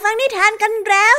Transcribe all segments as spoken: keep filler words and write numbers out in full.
ฟังนิทานกันแล้ว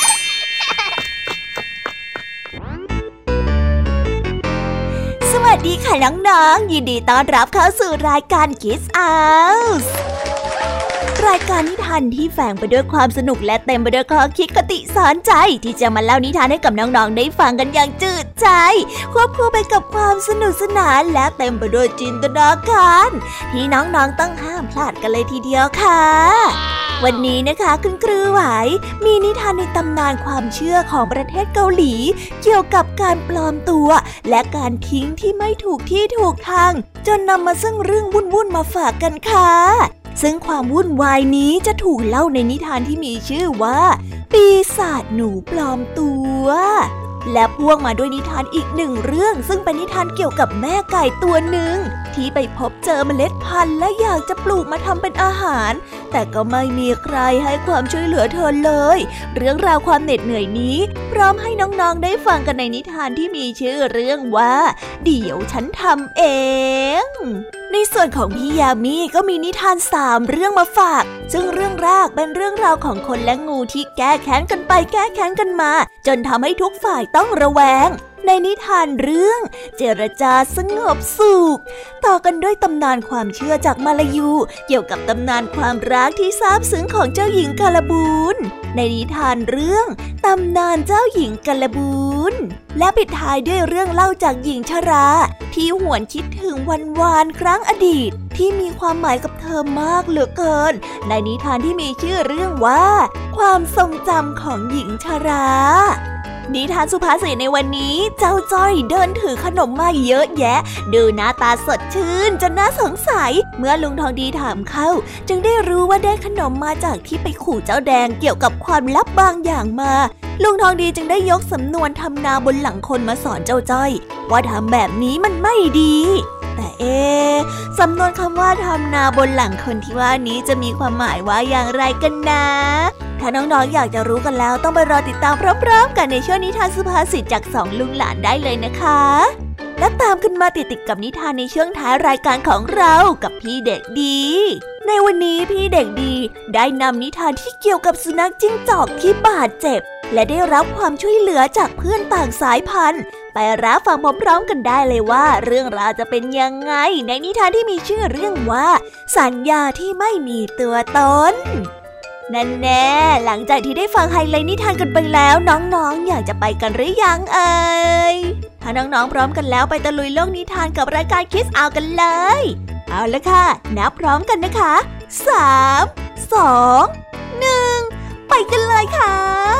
สวัสดีค่ะน้องๆยินดีต้อนรับเข้าสู่รายการ Kids House รายการนิทานที่แฝงไปด้วยความสนุกและเต็มไปด้วยข้อคิดคติสอนใจที่จะมาเล่านิทานให้กับน้องๆได้ฟังกันอย่างจืดใจควบคู่ไปกับความสนุกสนานและเต็มไปด้วยจินตนาการที่น้องๆต้องห้ามพลาดกันเลยทีเดียวค่ะวันนี้นะคะคุณครูไหวมีนิทานในตำนานความเชื่อของประเทศเกาหลีเกี่ยวกับการปลอมตัวและการทิ้งที่ไม่ถูกที่ถูกทางจนนำมาซึ่งเรื่องวุ่นๆมาฝากกันค่ะซึ่งความวุ่นวายนี้จะถูกเล่าในนิทานที่มีชื่อว่าปีศาจหนูปลอมตัวและพ่วงมาด้วยนิทานอีกหนึ่งเรื่องซึ่งเป็นนิทานเกี่ยวกับแม่ไก่ตัวหนึ่งที่ไปพบเจอเมล็ดพันธุ์และอยากจะปลูกมาทำเป็นอาหารแต่ก็ไม่มีใครให้ความช่วยเหลือเธอเลยเรื่องราวความเหน็ดเหนื่อยนี้พร้อมให้น้องๆได้ฟังกันในนิทานที่มีชื่อเรื่องว่าเดี๋ยวฉันทำเองในส่วนของพี่ยามีก็มีนิทานสามเรื่องมาฝากซึ่งเรื่องแรกเป็นเรื่องราวของคนและงูที่แก้แค้นกันไปแก้แค้นกันมาจนทำให้ทุกฝ่ายต้องระแวงในนิทานเรื่องเจรจาสงบสุขต่อกันด้วยตำนานความเชื่อจากมาลายูเกี่ยวกับตำนานความรักที่ซาบซึ้งของเจ้าหญิงกาลบูนในนิทานเรื่องตำนานเจ้าหญิงกาลบูนและปิดท้ายด้วยเรื่องเล่าจากหญิงชราที่หวนคิดถึงวันวานครั้งอดีตที่มีความหมายกับเธอมากเหลือเกินในนิทานที่มีชื่อเรื่องว่าความทรงจำของหญิงชรานิทานสุภาษิตในวันนี้เจ้าจ้อยเดินถือขนมมาเยอะแยะดูหน้าตาสดชื่นจนน่าสงสัยเมื่อลุงทองดีถามเขาจึงได้รู้ว่าได้ขนมมาจากที่ไปขู่เจ้าแดงเกี่ยวกับความลับบางอย่างมาลุงทองดีจึงได้ยกสำนวนทำนาบนหลังคนมาสอนเจ้าจ้อยว่าทำแบบนี้มันไม่ดีแต่เอ๊ะสำนวนคำว่าทำนาบนหลังคนที่ว่านี้จะมีความหมายว่าอย่างไรกันนะถ้าน้องๆ อ, อยากจะรู้กันแล้วต้องไปรอติดตามพร้อมๆกันในช่วงนิทานสุภาษิตจากสองลุงหลานได้เลยนะคะและตามกันมาติดๆกับนิทานในช่วงท้ายรายการของเรากับพี่เด็กดีในวันนี้พี่เด็กดีได้นำนิทานที่เกี่ยวกับสุนัขจิ้งจอกที่บาดเจ็บและได้รับความช่วยเหลือจากเพื่อนต่างสายพันธุ์ไปรับฟังพร้อมๆกันได้เลยว่าเรื่องราวจะเป็นยังไงในนิทานที่มีชื่อเรื่องว่าสัญญาที่ไม่มีตัวตนนั่นแน่หลังจากที่ได้ฟังไฮไลท์นิทานกันไปแล้วน้องๆ อยากจะไปกันหรือยังเอ่ยถ้าน้องๆพร้อมกันแล้วไปตะลุยโลกนิทานกับรายการ Kids Hour กันเลยเอาละค่ะนับพร้อมกันนะคะสาม สอง หนึ่งไปกันเลยค่ะ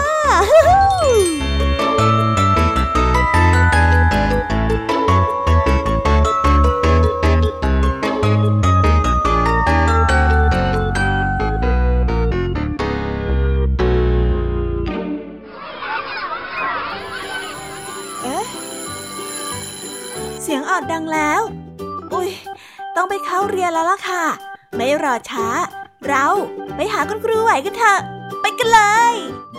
เสียงออดดังแล้วอุ๊ยต้องไปเข้าเรียนแล้วล่ะค่ะไม่รอช้าเราไปหาคุณครูไหวกันเถอะไปกันเลย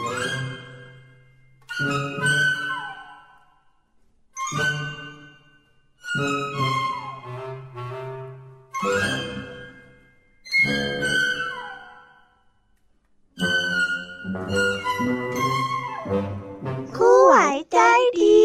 ครูไหวใจดี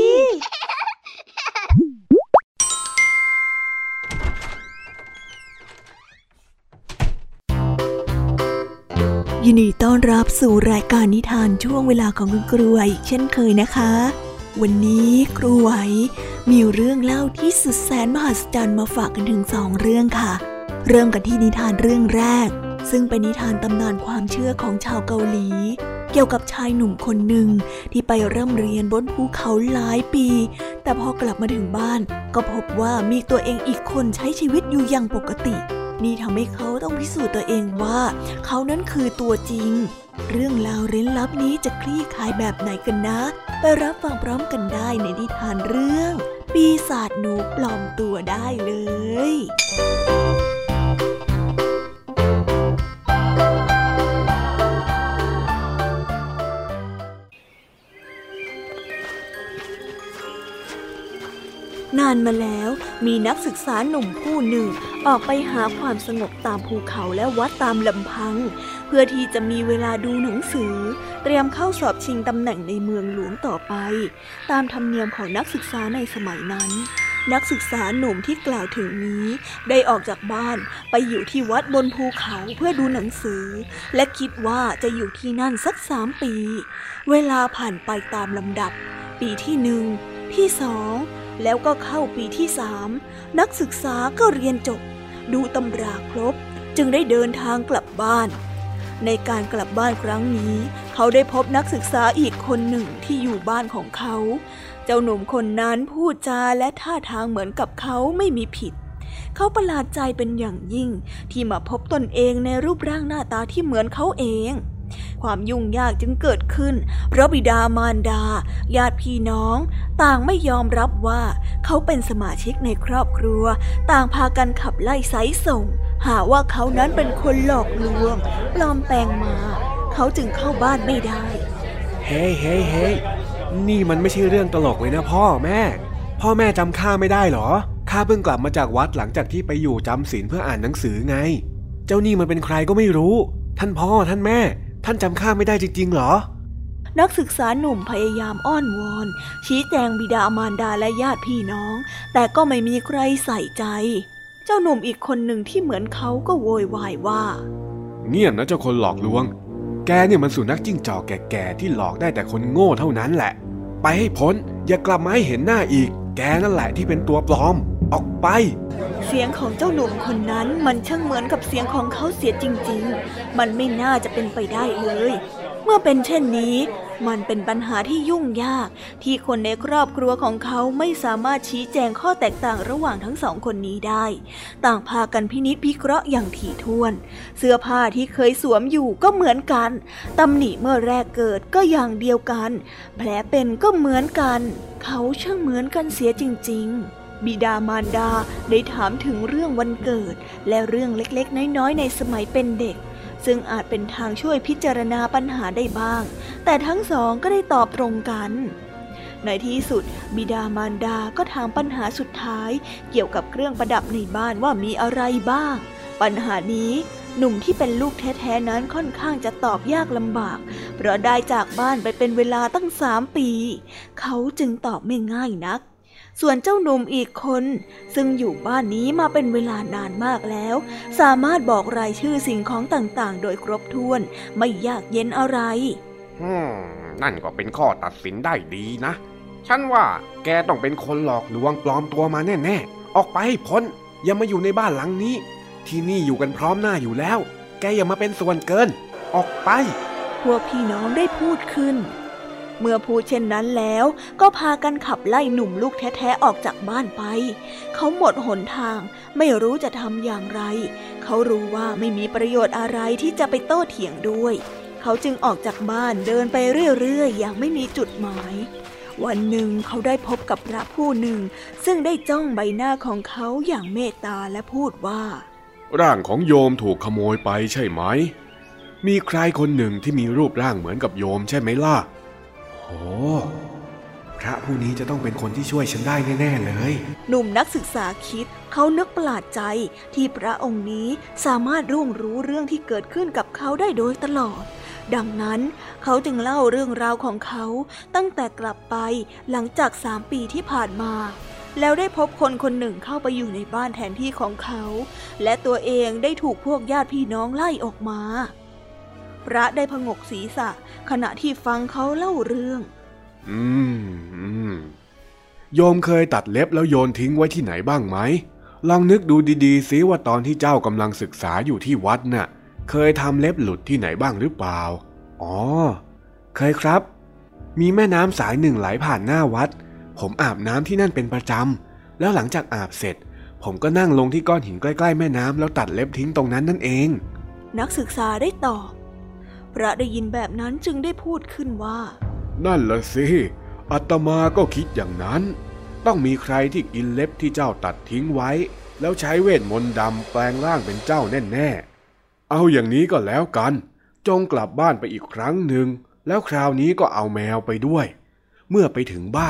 ยินดีต้อนรับสู่รายการนิทานช่วงเวลาของคุณครูไหวอีกเช่นเคยนะคะวันนี้ครูไหวมีเรื่องเล่าที่สุดแสนมหัศจรรย์มาฝากกันถึงสองเรื่องค่ะเริ่มกันที่นิทานเรื่องแรกซึ่งเป็นนิทานตำนานความเชื่อของชาวเกาหลีเกี่ยวกับชายหนุ่มคนหนึ่งที่ไปร่ำเรียนบนภูเขาหลายปีแต่พอกลับมาถึงบ้านก็พบว่ามีตัวเองอีกคนใช้ชีวิตอยู่อย่างปกตินี่ทำให้เขาต้องพิสูจน์ตัวเองว่าเขานั้นคือตัวจริงเรื่องราวเร้นลับนี้จะคลี่คลายแบบไหนกันนะไปรับฟังพร้อมกันได้ในนิทานเรื่องปีศาจหนูปลอมตัวได้เลยณานมาแล้วมีนักศึกษาหนุ่มผู้หนึ่งออกไปหาความสงบตามภูเขาและวัดตามลำพังเพื่อที่จะมีเวลาดูหนังสือเตรียมเข้าสอบชิงตำแหน่งในเมืองหลวงต่อไปตามธรรมเนียมของนักศึกษาในสมัยนั้นนักศึกษาหนุ่มที่กล่าวถึงนี้ได้ออกจากบ้านไปอยู่ที่วัดบนภูเขาเพื่อดูหนังสือและคิดว่าจะอยู่ที่นั่นสักสามปีเวลาผ่านไปตามลำดับปีที่หนึ่งที่สองแล้วก็เข้าปีที่สามนักศึกษาก็เรียนจบดูตำราครบจึงได้เดินทางกลับบ้านในการกลับบ้านครั้งนี้เขาได้พบนักศึกษาอีกคนหนึ่งที่อยู่บ้านของเขาเจ้าหนุ่มคนนั้นพูดจาและท่าทางเหมือนกับเขาไม่มีผิดเขาประหลาดใจเป็นอย่างยิ่งที่มาพบตนเองในรูปร่างหน้าตาที่เหมือนเขาเองความยุ่งยากจึงเกิดขึ้นเพราะบิดามารดาญาติพี่น้องต่างไม่ยอมรับว่าเขาเป็นสมาชิกในครอบครัวต่างพากันขับไล่ไสส่งหาว่าเขานั้นเป็นคนหลอกลวงปลอมแปลงมาเขาจึงเข้าบ้านไม่ได้เฮ้เฮ้เฮ้นี่มันไม่ใช่เรื่องตลกเลยนะพ่อแม่พ่อแม่จำข้าไม่ได้หรอข้าเพิ่งกลับมาจากวัดหลังจากที่ไปอยู่จำศีลเพื่ออ่านหนังสือไงเจ้านี่มันเป็นใครก็ไม่รู้ท่านพ่อท่านแม่ท่านจำข้าไม่ได้จริงๆหรอนักศึกษาหนุ่มพยายามอ้อนวอนชี้แจงบิดามารดาและญาติพี่น้องแต่ก็ไม่มีใครใส่ใจเจ้าหนุ่มอีกคนหนึ่งที่เหมือนเขาก็โวยวายว่าเงียบนะเจ้าคนหลอกลวงแกเนี่ยมันสุนัขจิ้งจอกแก่ๆที่หลอกได้แต่คนโง่เท่านั้นแหละไปให้พ้นอย่ากลับมาให้เห็นหน้าอีกแกนั่นแหละที่เป็นตัวปลอมออกไปเสียงของเจ้าหนุ่มคนนั้นมันช่างเหมือนกับเสียงของเขาเสียจริงๆมันไม่น่าจะเป็นไปได้เลยเมื่อเป็นเช่นนี้มันเป็นปัญหาที่ยุ่งยากที่คนในครอบครัวของเขาไม่สามารถชี้แจงข้อแตกต่างระหว่างทั้งสองคนนี้ได้ต่างพากันพินิจพิเคราะห์อย่างถี่ถ้วนเสื้อผ้าที่เคยสวมอยู่ก็เหมือนกันตำหนิเมื่อแรกเกิดก็อย่างเดียวกันแผลเป็นก็เหมือนกันเขาช่างเหมือนกันเสียจริงๆบิดามารดาได้ถามถึงเรื่องวันเกิดและเรื่องเล็กๆน้อยๆในสมัยเป็นเด็กซึ่งอาจเป็นทางช่วยพิจารณาปัญหาได้บ้างแต่ทั้งสองก็ได้ตอบตรงกันในที่สุดบิดามารดาก็ถามปัญหาสุดท้ายเกี่ยวกับเครื่องประดับในบ้านว่ามีอะไรบ้างปัญหานี้หนุ่มที่เป็นลูกแท้ๆนั้นค่อนข้างจะตอบยากลำบากเพราะได้จากบ้านไปเป็นเวลาตั้งสามปีเขาจึงตอบไม่ง่ายนักส่วนเจ้าหนุ่มอีกคนซึ่งอยู่บ้านนี้มาเป็นเวลานานมากแล้วสามารถบอกรายชื่อสิ่งของต่างๆโดยครบถ้วนไม่ยากเย็นอะไรอืมนั่นก็เป็นข้อตัดสินได้ดีนะฉันว่าแกต้องเป็นคนหลอกลวงปลอมตัวมาแน่ๆออกไปให้พ้นอย่ามาอยู่ในบ้านหลังนี้ที่นี่อยู่กันพร้อมหน้าอยู่แล้วแกอย่ามาเป็นส่วนเกินออกไปพวกพี่น้องได้พูดขึ้นเมื่อพูดเช่นนั้นแล้วก็พากันขับไล่หนุ่มลูกแท้ๆออกจากบ้านไปเขาหมดหนทางไม่รู้จะทำอย่างไรเขารู้ว่าไม่มีประโยชน์อะไรที่จะไปโต้เถียงด้วยเขาจึงออกจากบ้านเดินไปเรื่อยๆอย่างไม่มีจุดหมายวันหนึ่งเขาได้พบกับพระผู้หนึ่งซึ่งได้จ้องใบหน้าของเขาอย่างเมตตาและพูดว่าร่างของโยมถูกขโมยไปใช่ไหมมีใครคนหนึ่งที่มีรูปร่างเหมือนกับโยมใช่ไหมล่ะโอ้พระผู้นี้จะต้องเป็นคนที่ช่วยฉันได้แน่ๆเลยหนุ่มนักศึกษาคิดเขานึกประหลาดใจที่พระองค์นี้สามารถร่วงรู้เรื่องที่เกิดขึ้นกับเขาได้โดยตลอดดังนั้นเขาจึงเล่าเรื่องราวของเขาตั้งแต่กลับไปหลังจากสามปีที่ผ่านมาแล้วได้พบคนคนหนึ่งเข้าไปอยู่ในบ้านแทนที่ของเขาและตัวเองได้ถูกพวกญาติพี่น้องไล่ออกมาพระได้ผงกศีรษะขณะที่ฟังเขาเล่าเรื่องอืมอืมโยมเคยตัดเล็บแล้วโยนทิ้งไว้ที่ไหนบ้างไหมลองนึกดูดีๆซิว่าตอนที่เจ้ากำลังศึกษาอยู่ที่วัดน่ะเคยทำเล็บหลุดที่ไหนบ้างหรือเปล่าอ๋อเคยครับมีแม่น้ำสายหนึ่งไหลผ่านหน้าวัดผมอาบน้ำที่นั่นเป็นประจำแล้วหลังจากอาบเสร็จผมก็นั่งลงที่ก้อนหินใกล้ๆแม่น้ำแล้วตัดเล็บทิ้งตรงนั้นนั่นเองนักศึกษาได้ตอบพระได้ยินแบบนั้นจึงได้พูดขึ้นว่านั่นล่ะสิอาตมาก็คิดอย่างนั้นต้องมีใครที่กินเล็บที่เจ้าตัดทิ้งไว้แล้วใช้เวทมนต์ดำแปลงร่างเป็นเจ้าแน่ๆเอาอย่างนี้ก็แล้วกันจงกลับบ้านไปอีกครั้งหนึ่งแล้วคราวนี้ก็เอาแมวไปด้วยเมื่อไปถึงบ้าน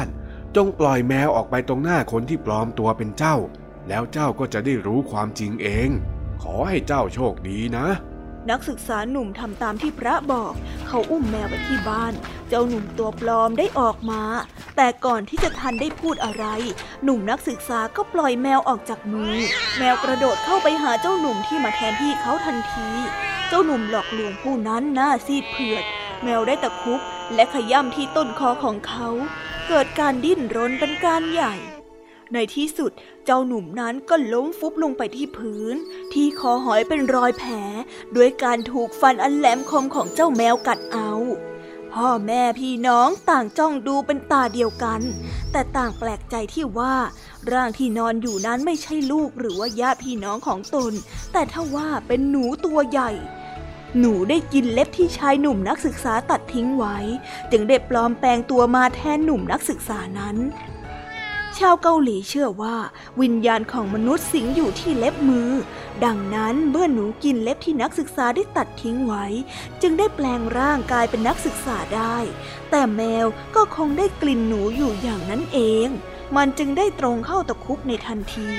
จงปล่อยแมวออกไปตรงหน้าคนที่ปลอมตัวเป็นเจ้าแล้วเจ้าก็จะได้รู้ความจริงเองขอให้เจ้าโชคดีนะนักศึกษาหนุ่มทำตามที่พระบอกเขาอุ้มแมวไปที่บ้านเจ้าหนุ่มตัวปลอมได้ออกมาแต่ก่อนที่จะทันได้พูดอะไรหนุ่มนักศึกษาก็ปล่อยแมวออกจากมือแมวกระโดดเข้าไปหาเจ้าหนุ่มที่มาแทนที่เขาทันทีเจ้าหนุ่มหลอกลวงผู้นั้นหน้าซีดเผือดแมวได้ตะคุบและขย้ำที่ต้นคอของเขาเกิดการดิ้นรนเป็นการใหญ่ในที่สุดเจ้าหนุ่มนั้นก็ล้มฟุบลงไปที่พื้นที่คอหอยเป็นรอยแผลด้วยการถูกฟันอันแหลมคมของเจ้าแมวกัดเอาพ่อแม่พี่น้องต่างจ้องดูเป็นตาเดียวกันแต่ต่างแปลกใจที่ว่าร่างที่นอนอยู่นั้นไม่ใช่ลูกหรือว่าญาติพี่น้องของตนแต่ทว่าเป็นหนูตัวใหญ่หนูได้กินเล็บที่ชายหนุ่มนักศึกษาตัดทิ้งไว้จึงได้ปลอมแปลงตัวมาแทนหนุ่มนักศึกษานั้นชาวเกาหลีเชื่อว่าวิญญาณของมนุษย์สิงอยู่ที่เล็บมือดังนั้นเมื่อหนูกินเล็บที่นักศึกษาได้ตัดทิ้งไว้จึงได้แปลงร่างกายเป็นนักศึกษาได้แต่แมวก็คงได้กลิ่นหนูอยู่อย่างนั้นเองมันจึงได้ตรงเข้าตะคุบในทันที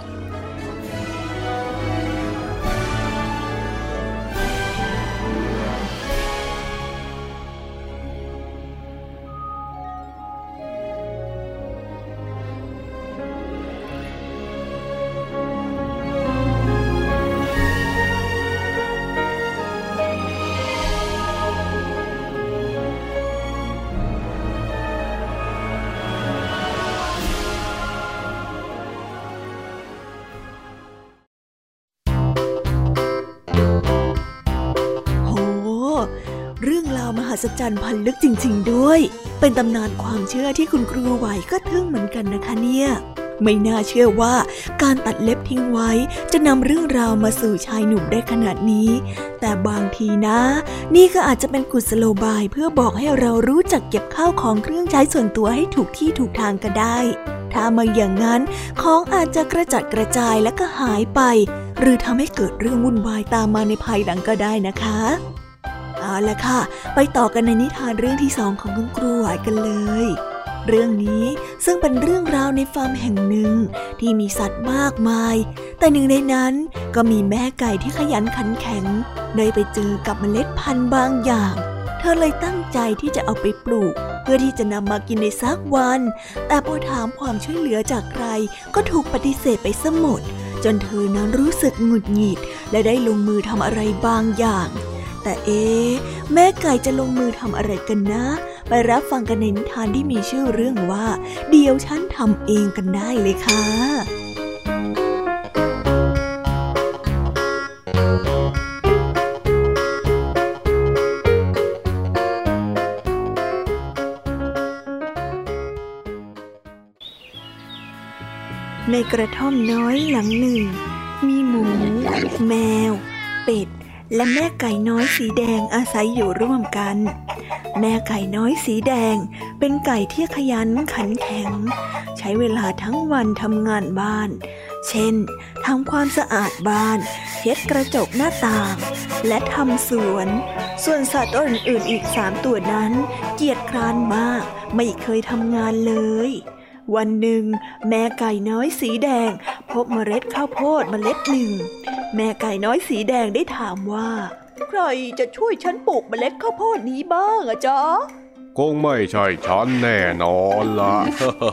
มหัศจรรย์พันลึกจริงๆด้วยเป็นตำนานความเชื่อที่คุณครูไหวก็ทึ่งเหมือนกันนะคะเนี่ยไม่น่าเชื่อว่าการตัดเล็บทิ้งไว้จะนำเรื่องราวมาสู่ชายหนุ่มได้ขนาดนี้แต่บางทีนะนี่ก็อาจจะเป็นกุศโลบายเพื่อบอกให้เรารู้จักเก็บข้าวของเครื่องใช้ส่วนตัวให้ถูกที่ถูกทางก็ได้ถ้าไม่อย่างนั้นของอาจจะกระจัดกระจายและก็หายไปหรือทำให้เกิดเรื่องวุ่นวายตามมาในภายหลังก็ได้นะคะเอาล่ะค่ะไปต่อกันในนิทานเรื่องที่สองของคุณครูไหวกันเลยเรื่องนี้ซึ่งเป็นเรื่องราวในฟาร์มแห่งหนึ่งที่มีสัตว์มากมายแต่หนึ่งในนั้นก็มีแม่ไก่ที่ขยันขันแข็งได้ไปเจอกับเมล็ดพันธุ์บางอย่างเธอเลยตั้งใจที่จะเอาไปปลูกเพื่อที่จะนำมากินในสักวันแต่พอถามความช่วยเหลือจากใครก็ถูกปฏิเสธไปซะหมดจนเธอนั้นรู้สึกหงุดหงิดและได้ลงมือทำอะไรบางอย่างแต่เอ๊ะแม่ไก่จะลงมือทำอะไรกันนะไปรับฟังกันในนิทานที่มีชื่อเรื่องว่าเดี๋ยวฉันทำเองกันได้เลยค่ะในกระท่อมน้อยหลังหนึ่งมีหมูแมวเป็ดและแม่ไก่น้อยสีแดงอาศัยอยู่ร่วมกันแม่ไก่น้อยสีแดงเป็นไก่ที่ขยันขันแข็งใช้เวลาทั้งวันทำงานบ้านเช่นทำความสะอาดบ้านเช็ดกระจกหน้าต่างและทำสวนส่วนสัตว์ตัวอื่นๆอีกสามตัวนั้นเกียจคร้านมากไม่เคยทำงานเลยวันหนึ่งแม่ไก่น้อยสีแดงพบเมล็ดข้าวโพดเมล็ดหนึ่งแม่ไก่น้อยสีแดงได้ถามว่าใครจะช่วยฉันปลูกเมล็ดข้าวโพดนี้บ้างอะจ๊ะคงไม่ใช่ฉันแน่นอนล่ะ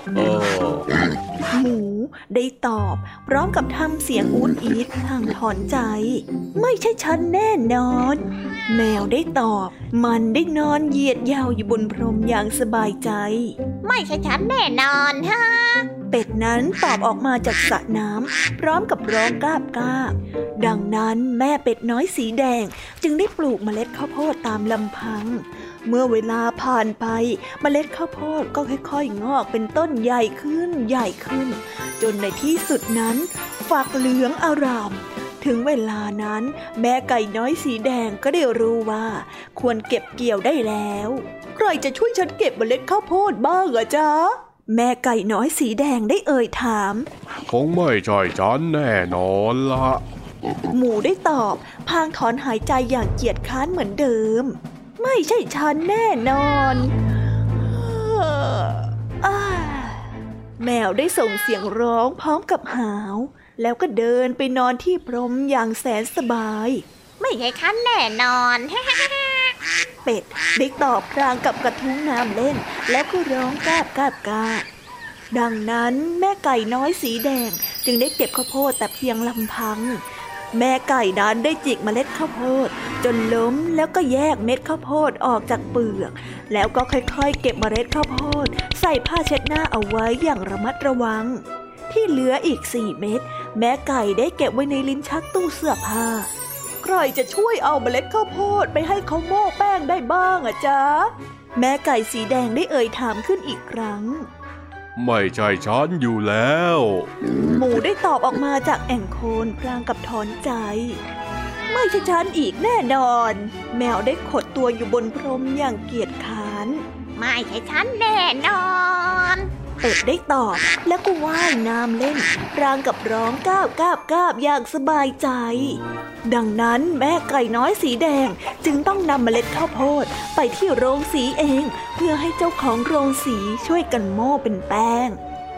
หมูได้ตอบพร้อมกับทำเสียงอูดอีดทางถอนใจไม่ใช่ฉันแน่นอนแมวได้ตอบมันได้นอนเหยียดยาวอยู่บนพรมอย่างสบายใจไม่ใช่ฉันแน่นอนฮะเป็ดนั้นตอบออกมาจากสระน้ำพร้อมกับร้องกาบกาบดังนั้นแม่เป็ดน้อยสีแดงจึงได้ปลูกเมล็ดข้าวโพดตามลำพังเมื่อเวลาผ่านไปเมล็ดข้าวโพดก็ค่อยๆงอกเป็นต้นใหญ่ขึ้นใหญ่ขึ้นจนในที่สุดนั้นฝักเหลืองอารามถึงเวลานั้นแม่ไก่น้อยสีแดงก็ได้รู้ว่าควรเก็บเกี่ยวได้แล้วใครจะช่วยฉันเก็บเมล็ดข้าวโพดบ้างอะจ๊ะแม่ไก่น้อยสีแดงได้เอ่ยถามคงไม่ใช่ฉันแน่นอนละหมูได้ตอบพลางถอนหายใจอย่างเกียจคร้านเหมือนเดิมไม่ใช่ฉันแน่นอนแมวได้ส่งเสียงร้องพร้อมกับหาวแล้วก็เดินไปนอนที่พรมอย่างแสนสบายไม่ใช่ฉันแน่นอนเป็ดได้ตอบพลางกับกระทุ้งน้ำเล่นแล้วก็ร้องกาบกาบกาบดังนั้นแม่ไก่น้อยสีแดงจึงได้เก็บข้าวโพดแต่เพียงลำพังแม่ไก่นั้นได้จิกเมล็ดข้าวโพดจนล้มแล้วก็แยกเม็ดข้าวโพดออกจากเปลือกแล้วก็ค่อยๆเก็บเมล็ดข้าวโพดใส่ผ้าเช็ดหน้าเอาไว้อย่างระมัดระวังที่เหลืออีกสี่เม็ดแม่ไก่ได้เก็บไว้ในลิ้นชักตู้เสื้อผ้าใครจะช่วยเอาเมล็ดข้าวโพดไปให้เขาโม่แป้งได้บ้างอะจ๊ะแม่ไก่สีแดงได้เอ่ยถามขึ้นอีกครั้งไม่ใช่ฉันอยู่แล้วหมูได้ตอบออกมาจากแอ่งโคลนพลางกับถอนใจไม่ใช่ฉันอีกแน่นอนแมวได้ขดตัวอยู่บนพรมอย่างเกียจค้านไม่ใช่ฉันแน่นอนเป็ดได้ตอบแล้วก็ว่ายน้ำเล่นพลางกับร้องก้าวก้าวก้าวอย่างสบายใจดังนั้นแม่ไก่น้อยสีแดงจึงต้องนำเมล็ดข้าวโพดไปที่โรงสีเองเพื่อให้เจ้าของโรงสีช่วยกันโม่เป็นแป้ง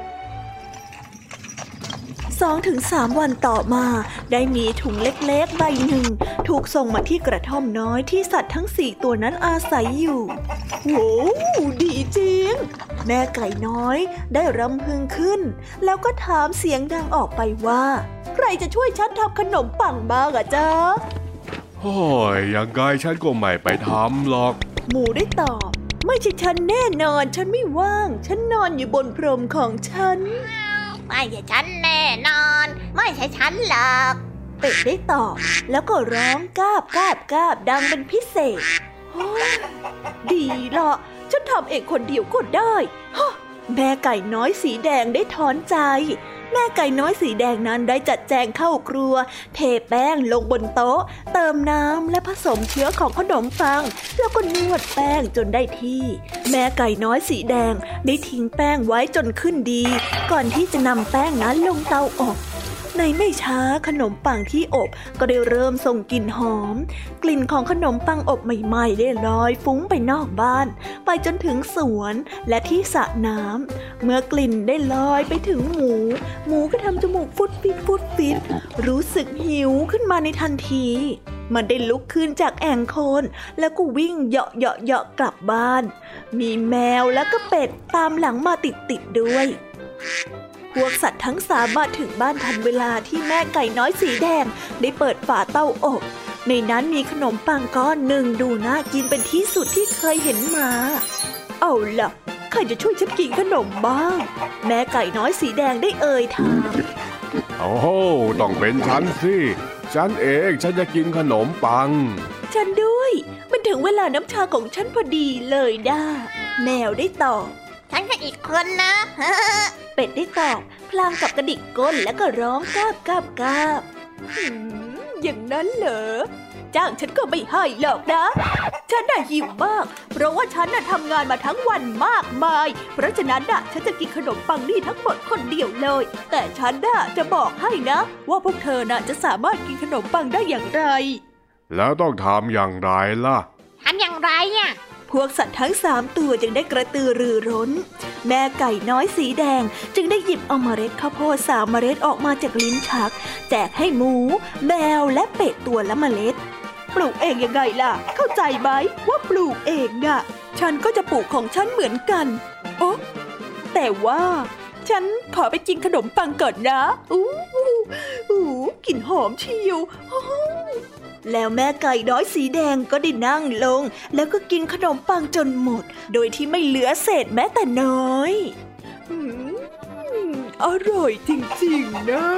สองถึงสามวันต่อมาได้มีถุงเล็กๆใบหนึ่งถูกส่งมาที่กระท่อมน้อยที่สัตว์ทั้งสี่ตัวนั้นอาศัยอยู่โว้ดีจริงแม่ไก่น้อยได้รำพึงขึ้นแล้วก็ถามเสียงดังออกไปว่าใครจะช่วยฉันทำขนมปังบ้างอะจ๊ะโอ้ยยังไงฉันก็ไม่ไปทำหรอกหมูได้ตอบไม่ใช่ฉันแน่นอนฉันไม่ว่างฉันนอนอยู่บนพรมของฉันไม่ใช่ฉันแน่นอนไม่ใช่ฉันหรอกเป็ดได้ตอบแล้วก็ร้องกาบกาบกาบดังเป็นพิเศษดีละฉันทำเองคนเดียวก็ได้แม่ไก่น้อยสีแดงได้ถอนใจแม่ไก่น้อยสีแดงนั้นได้จัดแจงเข้าครัวเทแป้งลงบนโต๊ะเติมน้ำและผสมเชื้อของขนมปังแล้วก็นวดแป้งจนได้ที่แม่ไก่น้อยสีแดงได้ทิ้งแป้งไว้จนขึ้นดีก่อนที่จะนำแป้งนั้นลงเตาอบในไม่ช้าขนมปังที่อบก็ได้เริ่มส่งกลิ่นหอมกลิ่นของขนมปังอบใหม่ๆได้ลอยฟุ้งไปนอกบ้านไปจนถึงสวนและที่สระน้ำเมื่อกลิ่นได้ลอยไปถึงหมูหมูก็ทำจมูกฟุดฟิดฟุดฟิดรู้สึกหิวขึ้นมาในทันทีมันได้ลุกขึ้นจากแอ่งโคลนแล้วก็วิ่งเหาะเหาะเหาะกลับบ้านมีแมวและก็เป็ดตามหลังมาติดๆด้วยพวกสัตว์ทั้งสามมาถึงบ้านทันเวลาที่แม่ไก่น้อยสีแดงได้เปิดฝาเตาอบในนั้นมีขนมปังก้อนหนึ่งดูน่ากินเป็นที่สุดที่เคยเห็นมาเอาล่ะใครจะช่วยฉันกินขนมบ้างแม่ไก่น้อยสีแดงได้เอ่ยถามโอ้โหต้องเป็นฉันสิฉันเองฉันจะกินขนมปังฉันด้วยมันถึงเวลาน้ำชาของฉันพอดีเลยด้าแมวได้ตอบฉันก็อีกคนนะเป็ดได้ตอบพลางกับกระดิกก้นแล้วก็ร้องกาบกาบกาบอย่างนั้นเหรอจ้างฉันก็ไม่ให้หรอกนะฉันน่ะหิวมากเพราะว่าฉันน่ะทำงานมาทั้งวันมากมายเพราะฉะนั้นน่ะฉันจะกินขนมปังนี่ทั้งหมดคนเดียวเลยแต่ฉันน่ะจะบอกให้นะว่าพวกเธอน่ะจะสามารถกินขนมปังได้อย่างไรแล้วต้องทำอย่างไรล่ะทำอย่างไรอ่ะพวกสัตว์ทั้งสามตัวจึงได้กระตือรือร้นแม่ไก่น้อยสีแดงจึงได้หยิบเอาเมล็ดข้าวโพดสามเมล็ดออกมาจากลิ้นชักแจกให้หมูแมวและเป็ดตัวละเมล็ดปลูกเองยังไงล่ะเข้าใจไหมว่าปลูกเองน่ะฉันก็จะปลูกของฉันเหมือนกันโอ๊ะแต่ว่าฉันขอไปกินขนมปังก่อนนะอู้อู้กลิ่นหอมเชียวแล้วแม่ไก่น้อยสีแดงก็ได้นั่งลงแล้วก็กินขนมปังจนหมดโดยที่ไม่เหลือเศษแม้แต่น้อยอืมอร่อยจริงๆนะ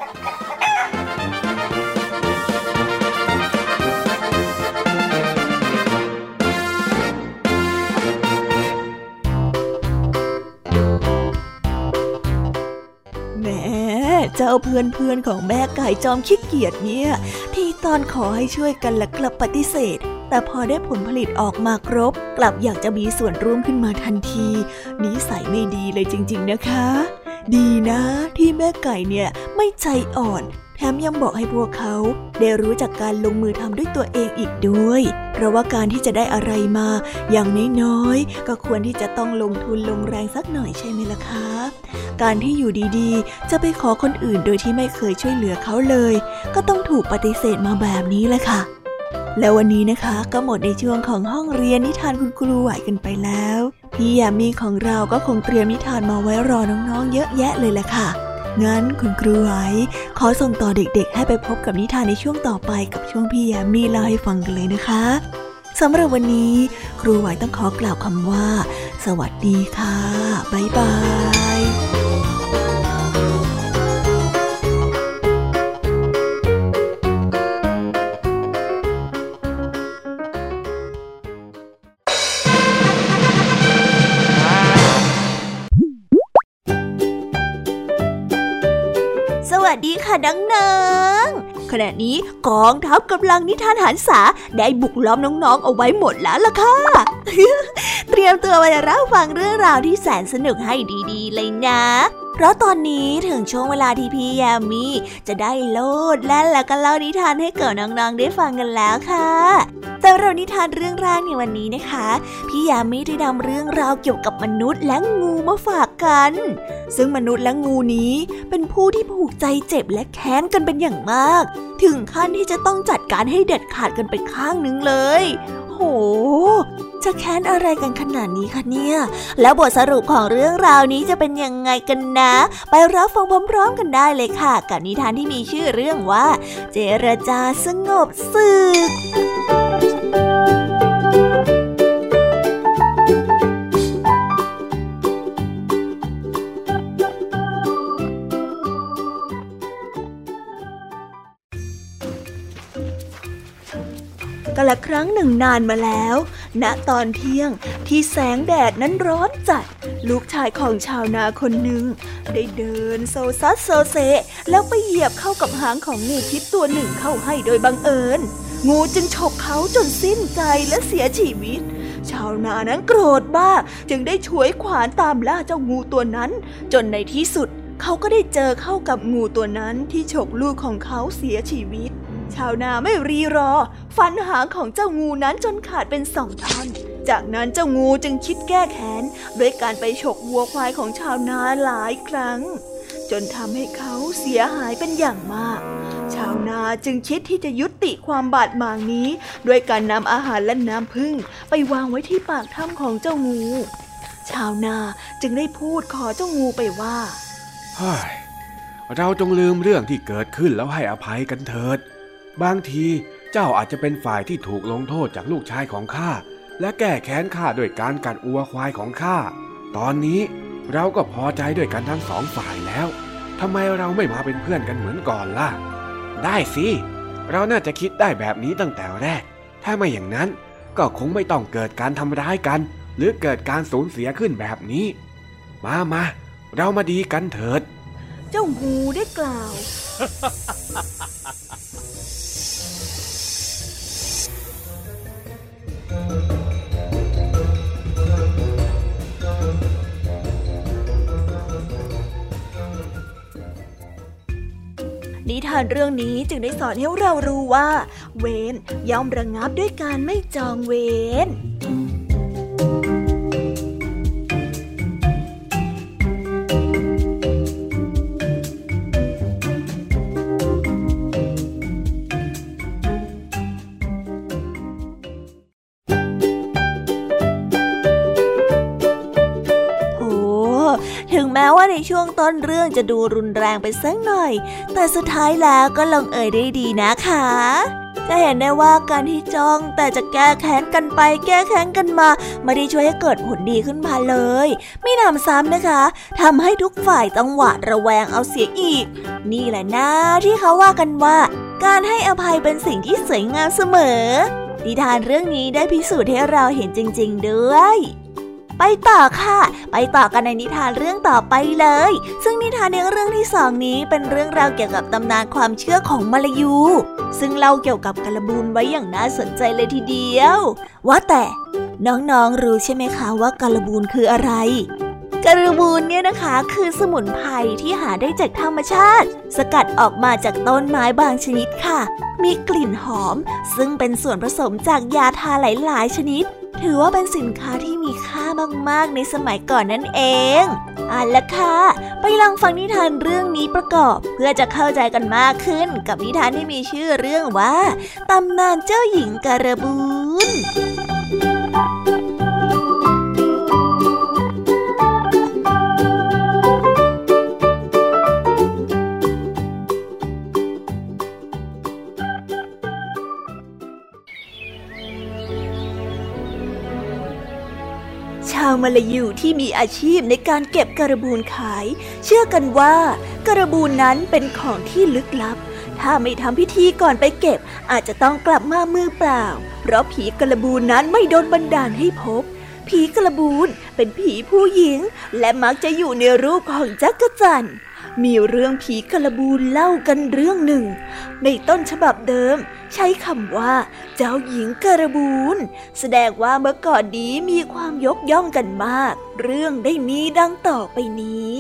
แม่เจ้าเพื่อนๆของแม่ไก่จอมขี้เกียจเนี่ยที่ตอนขอให้ช่วยกันและกลับปฏิเสธแต่พอได้ผลผลิตออกมาครบกลับอยากจะมีส่วนร่วมขึ้นมาทันทีนิสัยไม่ดีเลยจริงๆนะคะดีนะที่แม่ไก่เนี่ยไม่ใจอ่อนแถมยังบอกให้พวกเขาได้รู้จักการลงมือทำด้วยตัวเองอีกด้วยเพราะว่าการที่จะได้อะไรมาอย่างน้อยๆก็ควรที่จะต้องลงทุนลงแรงสักหน่อยใช่ไหมล่ะคะการที่อยู่ดีๆจะไปขอคนอื่นโดยที่ไม่เคยช่วยเหลือเขาเลยก็ต้องถูกปฏิเสธมาแบบนี้แหละค่ะแล้ววันนี้นะคะก็หมดในช่วงของห้องเรียนนิทานคุณครูไหวกันไปแล้วพี่ยามีของเราก็คงเตรียมนิทานมาไว้รอน้องๆเยอะแยะเลยแหละค่ะงั้นคุณครูไหวขอส่งต่อเด็กๆให้ไปพบกับนิทานในช่วงต่อไปกับช่วงพี่ยามีเล่าให้ฟังกันเลยนะคะสำหรับวันนี้ครูไหวต้องขอกล่าวคำว่าสวัสดีค่ะบ๊ายบายสวัสดีค่ะน้องๆขณะนี้กองทัพกำลังนิทานหันษาได้บุกล้อมน้องๆเอาไว้หมดแล้วล่ะค่ะ เตรียมตัวไปรับฟังเรื่องราวที่แสนสนุกให้ดีๆเลยนะเพราะตอนนี้ถึงช่วงเวลาที่พี่ยามีจะได้โลดแล่นแล้วก็เล่านิทานให้กับน้องๆได้ฟังกันแล้วค่ะแต่เรานิทานเรื่องแรกในวันนี้นะคะพี่ยามีได้นำเรื่องราวเกี่ยวกับมนุษย์และงูมาฝากกันซึ่งมนุษย์และงูนี้เป็นผู้ที่ผูกใจเจ็บและแค้นกันเป็นอย่างมากถึงขั้นที่จะต้องจัดการให้เด็ดขาดกันไปข้างนึงเลยโหจะแค้นอะไรกันขนาดนี้คะเนี่ยแล้วบทสรุปของเรื่องราวนี้จะเป็นยังไงกันนะไปรับฟังพร้อมๆกันได้เลยค่ะกับนิทานที่มีชื่อเรื่องว่าเจรจาสงบศึกกาลครั้งหนึ่งนานมาแล้วณตอนเที่ยงที่แสงแดดนั้นร้อนจัดลูกชายของชาวนาคนหนึ่งได้เดินโซซัสโซเซแล้วไปเหยียบเข้ากับหางของงูพิษตัวหนึ่งเข้าให้โดยบังเอิญงูจึงฉกเขาจนสิ้นใจและเสียชีวิตชาวนานั้นโกรธมากจึงได้ฉวยขวานตามล่าเจ้างูตัวนั้นจนในที่สุดเขาก็ได้เจอเข้ากับงูตัวนั้นที่ฉกลูกของเขาเสียชีวิตชาวนาไม่รีรอฟันหางของเจ้างูนั้นจนขาดเป็นสองท่อนจากนั้นเจ้างูจึงคิดแก้แค้นด้วยการไปฉกวัวควายของชาวนาหลายครั้งจนทำให้เขาเสียหายเป็นอย่างมากชาวนาจึงคิดที่จะยุติความบาดหมางนี้ด้วยการนำอาหารและน้ำผึ้งไปวางไว้ที่ปากถ้ำของเจ้างูชาวนาจึงได้พูดขอเจ้างูไปว่าเฮ้ยเราจงลืมเรื่องที่เกิดขึ้นแล้วให้อภัยกันเถิดบางทีเจ้าอาจจะเป็นฝ่ายที่ถูกลงโทษจากลูกชายของข้าและแก้แค้นข้าด้วยการกัดอัวควายของข้าตอนนี้เราก็พอใจด้วยกันทั้งสองฝ่ายแล้วทำไมเราไม่มาเป็นเพื่อนกันเหมือนก่อนล่ะได้สิเราน่าจะคิดได้แบบนี้ตั้งแต่แรกถ้าไม่อย่างนั้นก็คงไม่ต้องเกิดการทำร้ายกันหรือเกิดการสูญเสียขึ้นแบบนี้มามาเรามาดีกันเถิดเจ้างูได้กล่าว นิทานเรื่องนี้จึงได้สอนให้เรารู้ว่าเวรย่อมระงับด้วยการไม่จองเวรถึงแม้ว่าในช่วงต้นเรื่องจะดูรุนแรงไปสักหน่อยแต่สุดท้ายแล้วก็ลงเอยได้ดีนะคะจะเห็นได้ว่าการที่จ้องแต่จะแก้แค้นกันไปแก้แค้นกันมาไม่ได้ช่วยให้เกิดผลดีขึ้นมาเลยไม่นำซ้ำนะคะทำให้ทุกฝ่ายต้องหวาดระแวงเอาเสียอีกนี่แหละนะที่เขาว่ากันว่าการให้อภัยเป็นสิ่งที่สวยงามเสมอนิทานเรื่องนี้ได้พิสูจน์ให้เราเห็นจริงๆด้วยไปต่อค่ะไปต่อกันในนิทานเรื่องต่อไปเลยซึ่งนิทานในเรื่องที่สองนี้เป็นเรื่องราวเกี่ยวกับตำนานความเชื่อของมลายูซึ่งเล่าเกี่ยวกับกระบูนไว้อย่างน่าสนใจเลยทีเดียวว่าแต่น้องๆรู้ใช่ไหมคะว่ากระบูนคืออะไรการบูนเนี่ยนะคะคือสมุนไพรที่หาได้จากธรรมชาติสกัดออกมาจากต้นไม้บางชนิดค่ะมีกลิ่นหอมซึ่งเป็นส่วนผสมจากยาทาหลายๆชนิดถือว่าเป็นสินค้าที่มีค่ามากๆในสมัยก่อนนั่นเองเอาล่ะค่ะไปลองฟังนิทานเรื่องนี้ประกอบเพื่อจะเข้าใจกันมากขึ้นกับนิทานที่มีชื่อเรื่องว่าตำนานเจ้าหญิงการบูนชาวมลายูที่มีอาชีพในการเก็บการบูนขายเชื่อกันว่าการบูนนั้นเป็นของที่ลึกลับถ้าไม่ทำพิธีก่อนไปเก็บอาจจะต้องกลับมามือเปล่าเพราะผีการบูนนั้นไม่โดนบันดาลให้พบผีการบูนเป็นผีผู้หญิงและมักจะอยู่ในรูปของจักจั่นมีเรื่องผีการบูนเล่ากันเรื่องหนึ่งในต้นฉบับเดิมใช้คำว่าเจ้าหญิงการบูนแสดงว่าเมื่อก่อนนี้มีความยกย่องกันมากเรื่องได้มีดังต่อไปนี้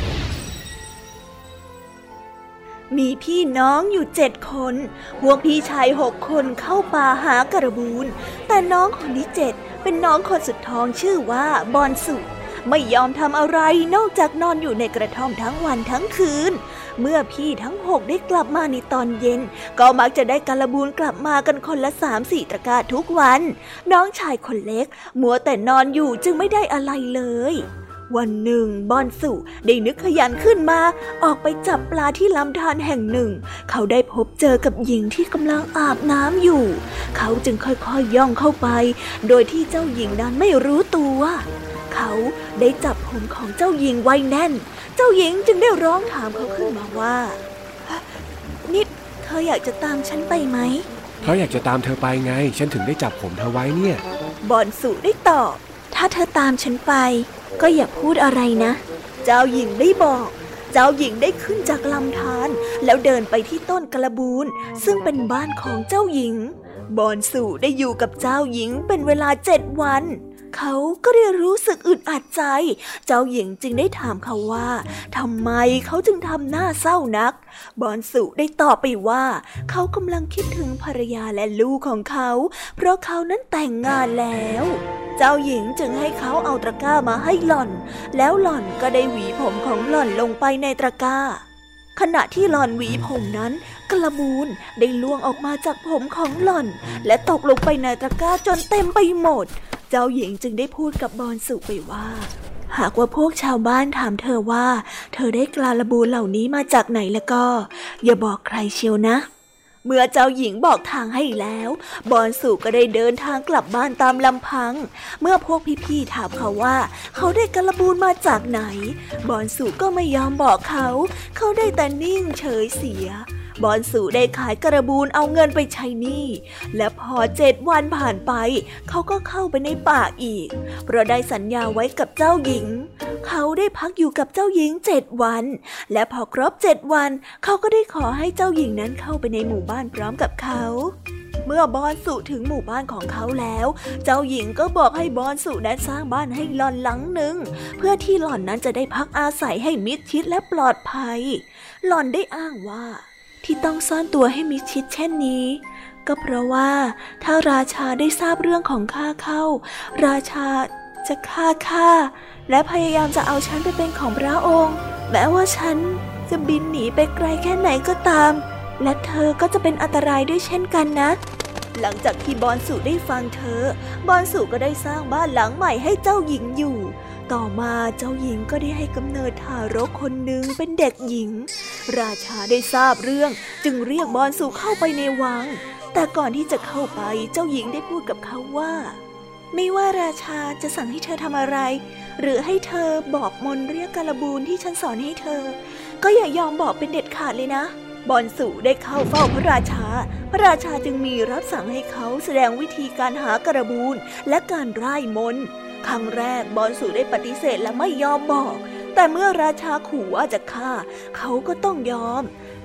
มีพี่น้องอยู่เจ็ดคนพวกพี่ชายหกคนเข้าป่าหาการบูนแต่น้องคนที่เจ็ดเป็นน้องคนสุดท้องชื่อว่าบอนสุไม่ยอมทำอะไรนอกจากนอนอยู่ในกระท่อมทั้งวันทั้งคืนเมื่อพี่ทั้งหกได้กลับมาในตอนเย็นก็มักจะได้การบูนกลับมากันคนละสามสี่ตะกร้าทุกวันน้องชายคนเล็กมัวแต่นอนอยู่จึงไม่ได้อะไรเลยวันหนึ่งบอนสุได้นึกขยันขึ้นมาออกไปจับปลาที่ลำธารแห่งหนึ่งเขาได้พบเจอกับหญิงที่กำลังอาบน้ำอยู่เขาจึงค่อยๆ ย, ย่องเข้าไปโดยที่เจ้าหญิงนั้นไม่รู้ตัวเขาได้จับผมของเจ้าหญิงไว้แน่นเจ้าหญิงจึงได้ร้องถามเขาขึ้นมาว่านิดเธออยากจะตามฉันไปไหมเขาอยากจะตามเธอไปไงฉันถึงได้จับผมเธอไว้เนี่ยบอนสุได้ตอบถ้าเธอตามฉันไปก็อย่าพูดอะไรนะเจ้าหญิงได้บอกเจ้าหญิงได้ขึ้นจากลำธารแล้วเดินไปที่ต้นการบูนซึ่งเป็นบ้านของเจ้าหญิงบอนสุได้อยู่กับเจ้าหญิงเป็นเวลาเจ็ดวันเขาก็ได้รู้สึกอึดอัดใจเจ้าหญิงจึงได้ถามเขาว่าทำไมเขาจึงทำหน้าเศร้านักบอนสุได้ตอบไปว่าเขากำลังคิดถึงภรรยาและลูกของเขาเพราะเขานั้นแต่งงานแล้วเจ้าหญิงจึงให้เขาเอาตะกร้ามาให้หล่อนแล้วหล่อนก็ได้หวีผมของหล่อนลงไปในตะกร้าขณะที่หล่อนหวีผมนั้นกระบูนได้ล่วงออกมาจากผมของหล่อนและตกลงไปในตะกร้าจนเต็มไปหมดเจ้าหญิงจึงได้พูดกับบอนสุไปว่าหากว่าพวกชาวบ้านถามเธอว่าเธอได้การบูนเหล่านี้มาจากไหนแล้วก็อย่าบอกใครเชียวนะเมื่อเจ้าหญิงบอกทางให้แล้วบอนสุก็ได้เดินทางกลับบ้านตามลำพังเมื่อพวกพี่ๆถามเขาว่าเขาได้การบูนมาจากไหนบอนสุก็ไม่ยอมบอกเขาเขาได้แต่นิ่งเฉยเสียบอนสุได้ขายการบูนเอาเงินไปใช้หนี้และพอเจ็ดวันผ่านไปเขาก็เข้าไปในป่าอีกเพราะได้สัญญาไว้กับเจ้าหญิงเขาได้พักอยู่กับเจ้าหญิงเจ็ดวันและพอครบเจ็ดวันเขาก็ได้ขอให้เจ้าหญิงนั้นเข้าไปในหมู่บ้านพร้อมกับเขาเมื่อบอนสุถึงหมู่บ้านของเขาแล้วเจ้าหญิงก็บอกให้บอนสุนั้นสร้างบ้านให้หล่อนหลังหนึ่งเพื่อที่หล่อนนั้นจะได้พักอาศัยให้มิดชิดและปลอดภัยหล่อนได้อ้างว่าที่ต้องซ่อนตัวให้มิดชิดเช่นนี้ก็เพราะว่าถ้าราชาได้ทราบเรื่องของข้าเข้าราชาจะฆ่าข้าและพยายามจะเอาฉันไปเป็นของพระองค์แม้ว่าฉันจะบินหนีไปไกลแค่ไหนก็ตามและเธอก็จะเป็นอันตรายด้วยเช่นกันนะหลังจากที่บอนสุได้ฟังเธอบอนสุก็ได้สร้างบ้านหลังใหม่ให้เจ้าหญิงอยู่ต่อมาเจ้าหญิงก็ได้ให้กำเนิดทารกคนหนึ่งเป็นเด็กหญิงราชาได้ทราบเรื่องจึงเรียกบอนสุเข้าไปในวังแต่ก่อนที่จะเข้าไปเจ้าหญิงได้พูดกับเขาว่าไม่ว่าราชาจะสั่งให้เธอทำอะไรหรือให้เธอบอกมนต์เรียกการบูนที่ฉันสอนให้เธอก็อย่ายอมบอกเป็นเด็ดขาดเลยนะบอนสุได้เข้าเฝ้าพระราชาพระราชาจึงมีรับสั่งให้เขาแสดงวิธีการหาการบูนและการร่ายมนต์ครั้งแรกบอนสุได้ปฏิเสธและไม่ยอมบอกแต่เมื่อราชาขู่ว่าจะฆ่าเขาก็ต้องยอม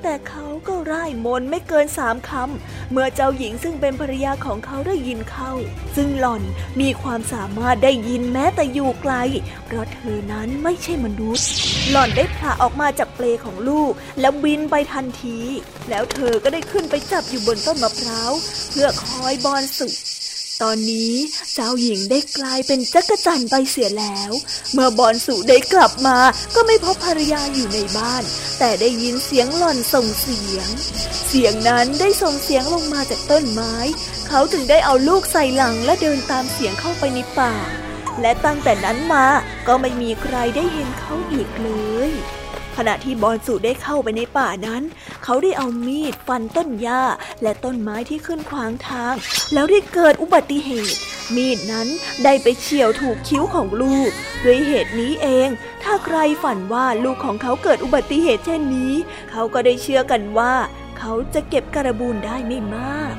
แต่เขาก็ร่ายมนต์ไม่เกินสามคำเมื่อเจ้าหญิงซึ่งเป็นภรรยาของเขาได้ยินเข้าซึ่งหล่อนมีความสามารถได้ยินแม้แต่อยู่ไกลเพราะเธอนั้นไม่ใช่มนุษย์หล่อนได้ผละออกมาจากเปลของลูกแล้วบินไปทันทีแล้วเธอก็ได้ขึ้นไปจับอยู่บนต้นมะพร้าวเพื่อคอยบอนสุขตอนนี้เจ้าหญิงได้กลายเป็นจักจั่นไปเสียแล้วเมื่อบอนสุได้กลับมาก็ไม่พบภรรยาอยู่ในบ้านแต่ได้ยินเสียงหล่อนส่งเสียงเสียงนั้นได้ส่งเสียงลงมาจากต้นไม้เขาจึงได้เอาลูกใส่หลังและเดินตามเสียงเข้าไปในป่าและตั้งแต่นั้นมาก็ไม่มีใครได้เห็นเขาอีกเลยขณะที่บอนสุได้เข้าไปในป่านั้นเขาได้เอามีดฟันต้นหญ้าและต้นไม้ที่ขึ้นขวางทางแล้วได้เกิดอุบัติเหตุมีดนั้นได้ไปเฉี่ยวถูกคิ้วของลูกด้วยเหตุนี้เองถ้าใครฝันว่าลูกของเขาเกิดอุบัติเหตุเช่นนี้เขาก็ได้เชื่อกันว่าเขาจะเก็บการบูนได้ไม่มาก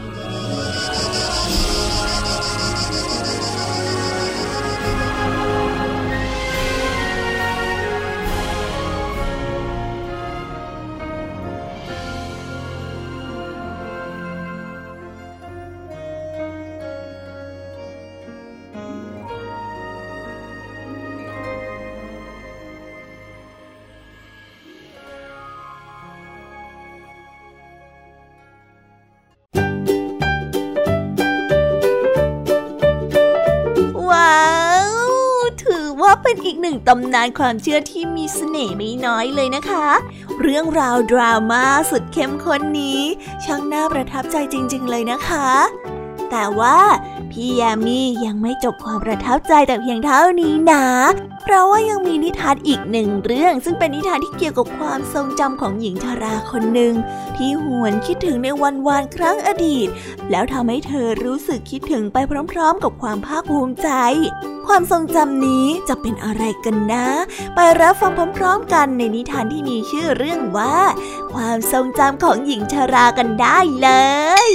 เป็นอีกหนึ่งตำนานความเชื่อที่มีเสน่ห์ไม่น้อยเลยนะคะเรื่องราวดราม่าสุดเข้มข้นนี้ช่างน่าประทับใจจริงๆเลยนะคะแต่ว่าพี่แยมมี่ยังไม่จบความประทับใจแต่เพียงเท่านี้นะเพราะว่ายังมีนิทานอีกหนึ่งเรื่องซึ่งเป็นนิทานที่เกี่ยวกับความทรงจำของหญิงชราคนหนึ่งที่หวนคิดถึงในวันวานครั้งอดีตแล้วทำให้เธอรู้สึกคิดถึงไปพร้อมๆกับความภาคภูมิใจความทรงจำนี้จะเป็นอะไรกันนะไปรับฟังพร้อมๆกันในนิทานที่มีชื่อเรื่องว่าความทรงจำของหญิงชรากันได้เลย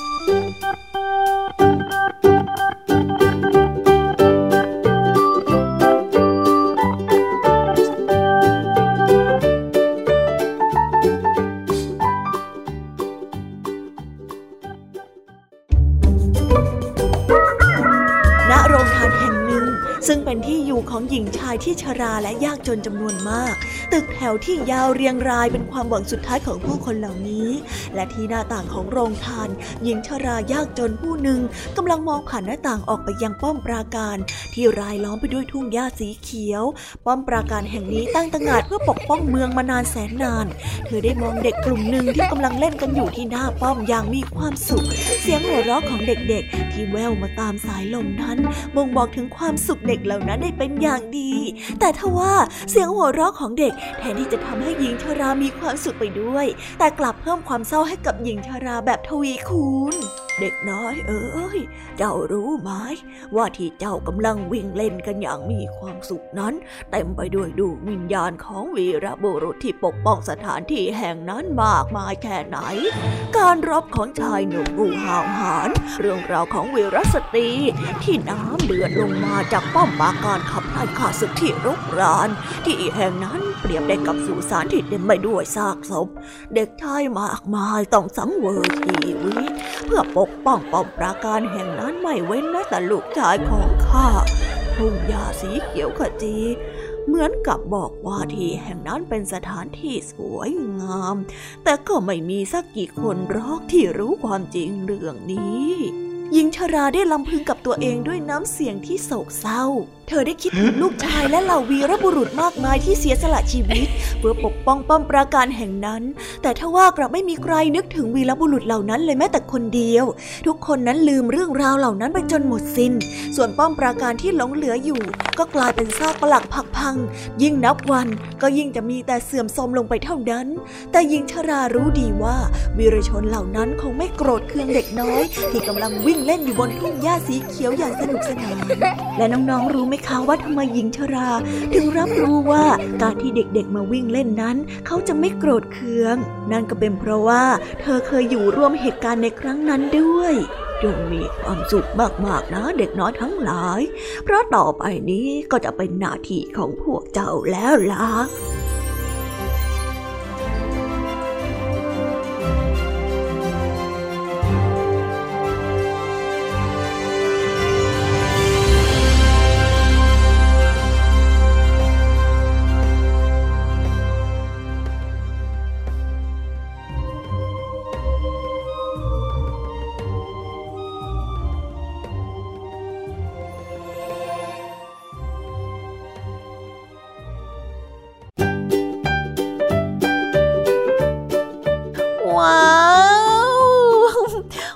ซึ่งเป็นที่อยู่ของหญิงชายที่ชราและยากจนจำนวนมากตึกแถวที่ยาวเรียงรายเป็นความหวังสุดท้ายของผู้คนเหล่านี้และที่หน้าต่างของโรงทานหญิงชรายากจนผู้หนึ่งกำลังมองผ่านหน้าต่างออกไปยังป้อมปราการที่รายล้อมไปด้วยทุ่งหญ้าสีเขียวป้อมปราการแห่งนี้ตั้งตระหง่านเพื่อปกป้องเมืองมานานแสนนานเธอได้มองเด็กกลุ่มหนึ่งที่กำลังเล่นกันอยู่ที่หน้าป้อมอย่างมีความสุขเสียงหัวเราะของเด็กๆที่แว่วมาตามสายลมนั้นบ่งบอกถึงความสุขเด็กเหล่านั้นได้เป็นอย่างดีแต่ทว่าเสียงหัวเราะของเด็กแทนที่จะทำให้หญิงชรามีความสุขไปด้วยแต่กลับเพิ่มความเศร้าให้กับหญิงชราแบบทวีคูณเด็กน้อยเอ้ยเจ้ารู้ไหมว่าที่เจ้ากำลังวิ่งเล่นกันอย่างมีความสุขนั้นเต็มไปด้วยดวงวิญญาณของวีรบุรุษที่ปกป้องสถานที่แห่งนั้นมากมายแค่ไหนการรบของชายหนุ่มผู้ห้าวหาญเรื่องราวของวีรสตรีที่น้ำเดือดลงมาจากป้อมปราการขับไล่ข้าศึกที่รุกรานที่แห่งนั้นเปรียบได้กับสุสานที่เต็มไปด้วยซากศพเด็กชายมากมายต้องสังเวยชีวิตเพื่อปกป้องป้อมปราการแห่งนั้นไม่เว้นแม้แต่ลูกชายของข้าทุ่งหญ้าสีเขียวขจีเหมือนกับบอกว่าที่แห่งนั้นเป็นสถานที่สวยงามแต่ก็ไม่มีสักกี่คนหรอกที่รู้ความจริงเรื่องนี้หญิงชราได้ลำพึงกับตัวเองด้วยน้ำเสียงที่โศกเศร้าเธอได้คิดถึงลูกชายและเหล่าวีรบุรุษมากมายที่เสียสละชีวิตเพื่อปกป้องป้อมปราการแห่งนั้นแต่ทว่ากลับไม่มีใครนึกถึงวีรบุรุษเหล่านั้นเลยแม้แต่คนเดียวทุกคนนั้นลืมเรื่องราวเหล่านั้นไปจนหมดสิ้นส่วนป้อมปราการที่หลงเหลืออยู่ก็กลายเป็นซากปรักหักพังยิ่งนับวันก็ยิ่งจะมีแต่เสื่อมโทรมลงไปเท่านั้นแต่หญิงชรารู้ดีว่าวีรชนเหล่านั้นคงไม่โกรธเคืองเด็กน้อยที่กำลังวิ่งเล่นอยู่บนทุ่งหญ้าสีเขียวอย่างสนุกสนานและน้องๆรู้ไหมคะว่าทำไมหญิงชราถึงรับรู้ว่าการที่เด็กๆมาวิ่งเล่นนั้นเขาจะไม่โกรธเคืองนั่นก็เป็นเพราะว่าเธอเคยอยู่ร่วมเหตุการณ์ในครั้งนั้นด้วยจงมีความสุขมากๆนะเด็กน้อยทั้งหลายเพราะต่อไปนี้ก็จะเป็นหน้าที่ของพวกเจ้าแล้วล่ะ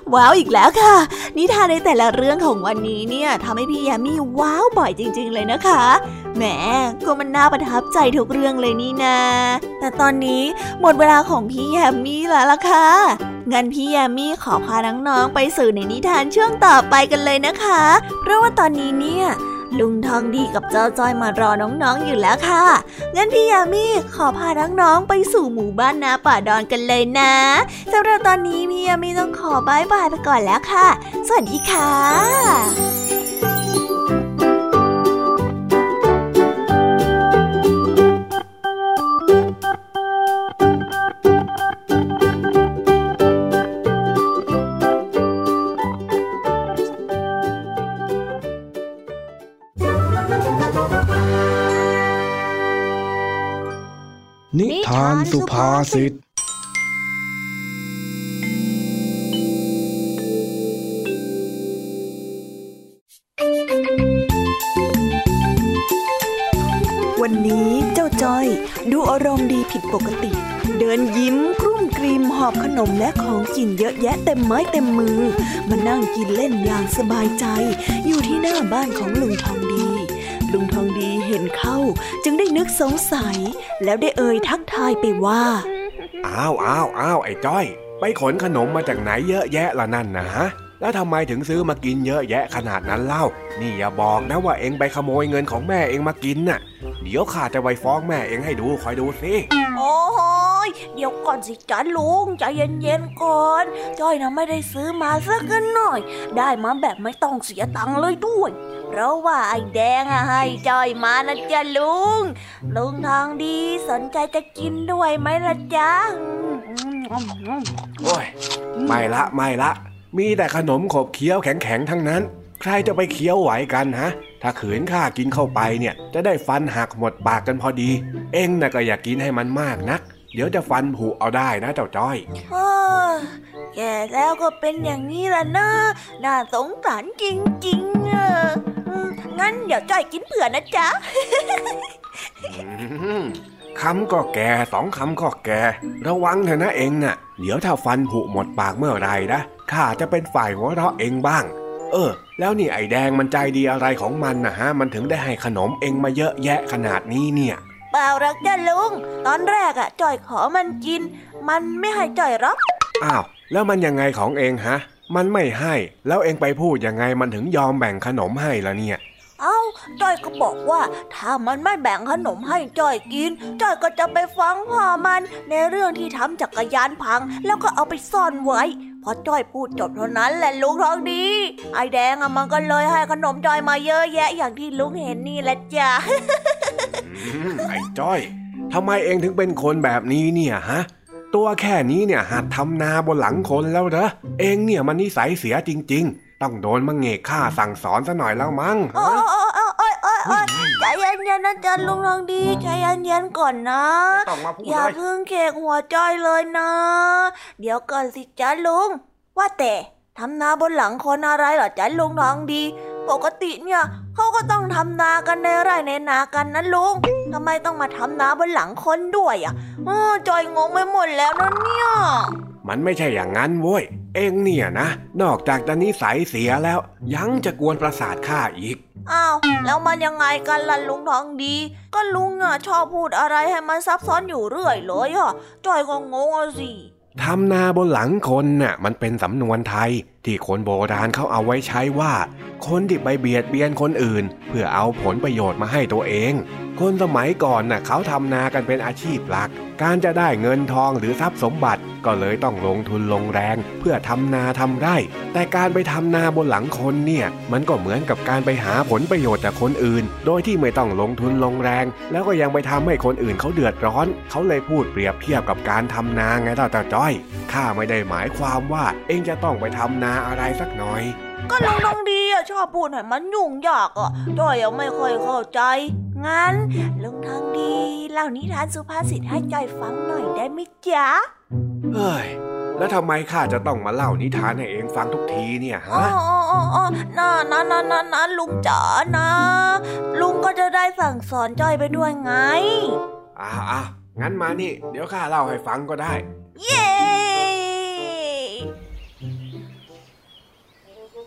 ว้าวอีกแล้วค่ะนิทานในแต่ละเรื่องของวันนี้เนี่ยทำให้พี่แยมมี่ว้าวบ่อยจริงๆเลยนะคะแหมก็มันน่าประทับใจทุกเรื่องเลยนี่นาแต่ตอนนี้หมดเวลาของพี่แยมมี่แล้วล่ะค่ะงั้นพี่แยมมี่ขอพาน้องๆไปสู่ในนิทานช่วงต่อไปกันเลยนะคะเพราะว่าตอนนี้เนี่ยลุงทองดีกับเจ้าจ้อยมารอน้องๆอยู่แล้วค่ะงั้นพี่ยามีขอพาน้องๆไปสู่หมู่บ้านนาป่าดอนกันเลยนะสำหรับตอนนี้พี่ยามีต้องขอบายบายไปก่อนแล้วค่ะสวัสดีค่ะนิทานสุภาษิตวันนี้เจ้าจ้อยดูอารมณ์ดีผิดปกติเดินยิ้มกรุ่มกรีมหอบขนมและของกินเยอะแยะเต็มไม้เต็มมือมานั่งกินเล่นอย่างสบายใจอยู่ที่หน้าบ้านของลุงทองดีลุงทองดีเห็นเข้าจึงได้นึกสงสัยแล้วได้เอ่ยทักทายไปว่าอ้าวอ้าวอ้าวไอ้จ้อยไปขนขนมมาจากไหนเยอะแยะล่ะนั่นนะฮะแล้วทำไมถึงซื้อมากินเยอะแยะขนาดนั้นเล่านี่อย่าบอกนะว่าเอ็งไปขโมยเงินของแม่เอ็งมากินน่ะเดี๋ยวข้าจะไปฟ้องแม่เอ็งให้ดูคอยดูสิโอ้ยเดี๋ยวก่อนสิจ้าลุงใจเย็นๆก่อนจ้อยนะไม่ได้ซื้อมาสักหน่อยได้มาแบบไม่ต้องเสียตังค์เลยด้วยเพราะว่าไอ้แดงอะให้จ้อยมานะจ๊ะลุงลุงทองดีสนใจจะกินด้วยไหมล่ะจ๊ะโอ้ยไม่ละไม่ละมีแต่ขนมขบเคี้ยวแข็งๆทั้งนั้นใครจะไปเคี้ยวไหวกันฮะถ้าขืนข้ากินเข้าไปเนี่ยจะได้ฟันหักหมดปากกันพอดีเอ็งน่ะก็อย่ากินให้มันมากนักเดี๋ยวจะฟันผุเอาได้นะเจ้าจ้อยแก่แล้วก็เป็นอย่างนี้ล่ะนะน่าสงสารจริงๆอ่ะงั้นเดี๋ยวจ้อยกินเผื่อนะจ๊ะคำก็แก่สองคำก็แก่ระวังเถอะนะเอ็งน่ะเดี๋ยวถ้าฟันผุหมดปากเมื่อไรนะข้าจะเป็นฝ่ายหัวเราะเอ็งบ้างเออแล้วนี่ไอ้แดงมันใจดีอะไรของมันนะฮะมันถึงได้ให้ขนมเอ็งมาเยอะแยะขนาดนี้เนี่ยเปล่าหรอกจ้ะลุงตอนแรกอะจ้อยขอมันกินมันไม่ให้จ้อยหรอกอ้าวแล้วมันยังไงของเอ็งฮะมันไม่ให้แล้วเอ็งไปพูดยังไงมันถึงยอมแบ่งขนมให้ล่ะเนี่ยเอ้าจ้อยก็บอกว่าถ้ามันไม่แบ่งขนมให้จ้อยกินจ้อยก็จะไปฟ้องพ่อมันในเรื่องที่ทำจักรยานพังแล้วก็เอาไปซ่อนไว้พอจ้อยพูดจบเท่านั้นแหละลุงทองดีไอ้แดงอะมันก็เลยให้ขนมจ้อยมาเยอะแยะอย่างที่ลุงเห็นนี่แหละจ้ะไอ้จ้อยทำไมเองถึงเป็นคนแบบนี้เนี่ยฮะตัวแค่นี้เนี่ยหัดทำนาบนหลังคนแล้วเหรอเองเนี่ยมันนิสัยเสียจริงๆต้องโดนมังเงกฆ่าสั่งสอนซะหน่อยแล้วมั้งโอ้โอ้โอ้โอ้โอ้โอ้ใจเย็นๆนะจ๊ะลุงทองดีใจเย็นๆก่อนนะอย่าเพิ่งเขกหัวจ้อยเลยนะเดี๋ยวก่อนสิจ๊ะลุงว่าแต่ทำนาบนหลังคนอะไรเหรอจ๊ะลุงทองดีปกติเนี่ยเขาก็ต้องทำนากันในไร่ในนากันนะลุงทำไมต้องมาทำนาบนหลังคนด้วยอ่ะอ้อจอยงงไปหมดแล้วนะเนี่ยมันไม่ใช่อย่างนั้นเว้ยเองเนี่ยนะนอกจากจะนิสัยเสียแล้วยังจะกวนประสาทข้าอีกอ้าวแล้วมันยังไงกันล่ะลุงทองดีก็ลุงอ่ะชอบพูดอะไรให้มันซับซ้อนอยู่เรื่อยเลยอ่ะจอยก็งงอ่ะสิทำนาบนหลังคนน่ะมันเป็นสำนวนไทยที่คนโบราณเขาเอาไว้ใช้ว่าคนที่ไปเบียดเบียนคนอื่นเพื่อเอาผลประโยชน์มาให้ตัวเองคนสมัยก่อนน่ะเขาทำนากันเป็นอาชีพหลักการจะได้เงินทองหรือทรัพย์สมบัติก็เลยต้องลงทุนลงแรงเพื่อทำนาทำไร่แต่การไปทำนาบนหลังคนเนี่ยมันก็เหมือนกับการไปหาผลประโยชน์จากคนอื่นโดยที่ไม่ต้องลงทุนลงแรงแล้วก็ยังไปทำให้คนอื่นเขาเดือดร้อนเขาเลยพูดเปรียบเทียบกับการทำนาไงล่ะตาจ้อยข้าไม่ได้หมายความว่าเองจะต้องไปทำนาอะไรสักหน่อยก็ลุงทองดีอ่ะชอบพูดให้มันยุ่งยากอ่ะจ้อยยังไม่ค่อยเข้าใจงั้นลุงทองดีเล่านิทานสุภาษิตให้จ้อยฟังหน่อยได้ไหมจ๊ะเฮ้ยแล้วทำไมข้าจะต้องมาเล่านิทานให้เองฟังทุกทีเนี่ยฮะอ๋ออ๋ออ๋อน่าน่าน่าน่าน่าลุงจ๋านะลุงก็จะได้สั่งสอนจ้อยไปด้วยไงอ่าอ่ะงั้นมานี่เดี๋ยวข้าเล่าให้ฟังก็ได้เย้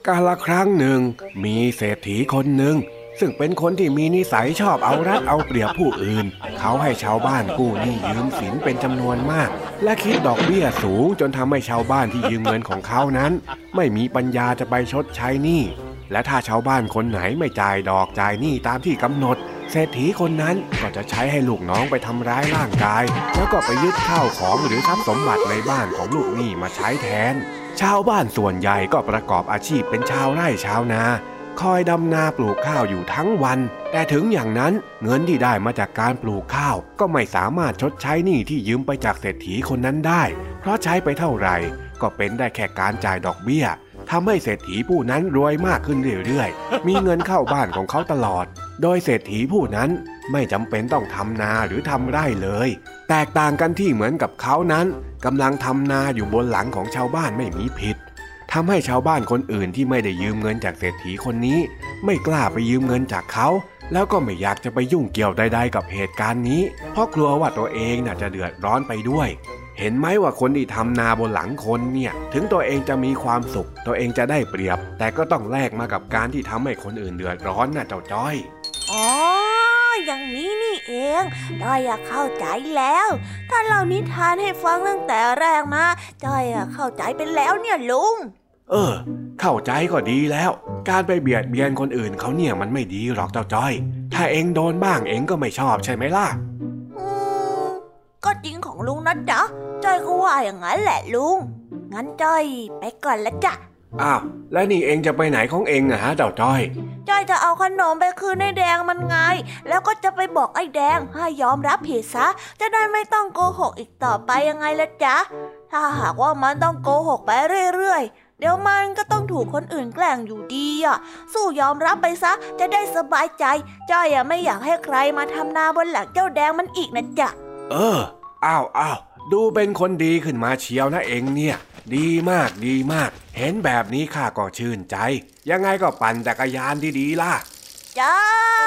กาลครั้งหนึ่งมีเศรษฐีคนหนึ่งซึ่งเป็นคนที่มีนิสัยชอบเอารัดเอาเปรียบผู้อื่นเขาให้ชาวบ้านกู้หนี้ยืมสินเป็นจำนวนมากและคิดดอกเบี้ยสูงจนทำให้ชาวบ้านที่ยืมเงินของเขานั้นไม่มีปัญญาจะไปชดใช้หนี้และถ้าชาวบ้านคนไหนไม่จ่ายดอกจ่ายหนี้ตามที่กำหนดเศรษฐีคนนั้นก็จะใช้ให้ลูกน้องไปทำร้ายร่างกายแล้วก็ไปยึดข้าวของหรือทรัพย์สมบัติในบ้านของลูกหนี้มาใช้แทนชาวบ้านส่วนใหญ่ก็ประกอบอาชีพเป็นชาวไร่ชาวนาคอยดำนาปลูกข้าวอยู่ทั้งวันแต่ถึงอย่างนั้นเงินที่ได้มาจากการปลูกข้าวก็ไม่สามารถชดใช้หนี้ที่ยืมไปจากเศรษฐีคนนั้นได้เพราะใช้ไปเท่าไหร่ก็เป็นได้แค่การจ่ายดอกเบี้ยทำให้เศรษฐีผู้นั้นรวยมากขึ้นเรื่อยๆมีเงินเข้าบ้านของเขาตลอดโดยเศรษฐีผู้นั้นไม่จำเป็นต้องทำนาหรือทำไร่เลยแตกต่างกันที่เหมือนกับเขานั้นกำลังทำนาอยู่บนหลังของชาวบ้านไม่มีผิดทำให้ชาวบ้านคนอื่นที่ไม่ได้ยืมเงินจากเศรษฐีคนนี้ไม่กล้าไปยืมเงินจากเขาแล้วก็ไม่อยากจะไปยุ่งเกี่ยวใดๆกับเหตุการณ์นี้เพราะกลัวว่าตัวเองน่าจะเดือดร้อนไปด้วยเห็นไหมว่าคนที่ทำนาบนหลังคนเนี่ยถึงตัวเองจะมีความสุขตัวเองจะได้เปรียบแต่ก็ต้องแลกมากับการที่ทำให้คนอื่นเดือดร้อนน่ะเจ้าจ้อยอ๋ออย่างนี้นี่เองจ้อยอะเข้าใจแล้วถ้าเล่านิทานให้ฟังตั้งแต่แรกมาจ้อยอะเข้าใจไปแล้วเนี่ยลุงเออเข้าใจก็ดีแล้วการไปเบียดเบียนคนอื่นเขาเนี่ยมันไม่ดีหรอกเจ้าจ้อยถ้าเองโดนบ้างเองก็ไม่ชอบใช่ไหมล่ะอืมก็จริงของลุงนะจ๊ะจ้อยก็ว่าอย่างนั้นแหละลุงงั้นจ้อยไปก่อนละจ้ะอ้าวแล้วนี่เองจะไปไหนของเองอะฮะเจ้าจ้อยจ้อยจะเอาขนมไปคืนไอ้แดงมันไงแล้วก็จะไปบอกไอ้แดงให้ยอมรับผิดซะจะได้ไม่ต้องโกหกอีกต่อไปยังไงล่ะจ๊ะถ้าหากว่ามันต้องโกหกไปเรื่อยๆเดี๋ยวมันก็ต้องถูกคนอื่นแกล้งอยู่ดีอ่ะสู้ยอมรับไปซะจะได้สบายใจจ้อยอะไม่อยากให้ใครมาทำนาบนหลังเจ้าแดงมันอีกนะจ๊ะเอออ้าวอ้าวดูเป็นคนดีขึ้นมาเชียวนะเองเนี่ยดีมากดีมากเห็นแบบนี้ข้าก็ชื่นใจยังไงก็ปั่นจักรยานดีๆล่ะจ้า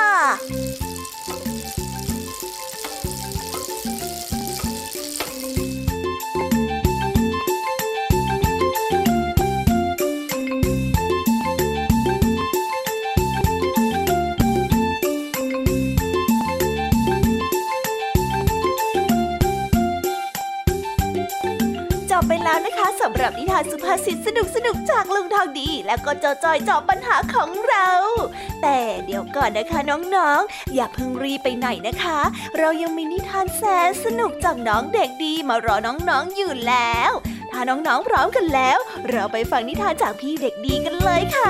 สำหรับนิทานสุภาษิตสนุกสนุกจากลุงทองดีและก็เจ้าจ้อยจอบปัญหาของเราแต่เดี๋ยวก่อนนะคะน้องๆอย่าเพิ่งรีบไปไหนนะคะเรายังมีนิทานแสนสนุกจากน้องเด็กดีมารอน้องๆอยู่แล้วถ้าน้องๆพร้อมกันแล้วเราไปฟังนิทานจากพี่เด็กดีกันเลยค่ะ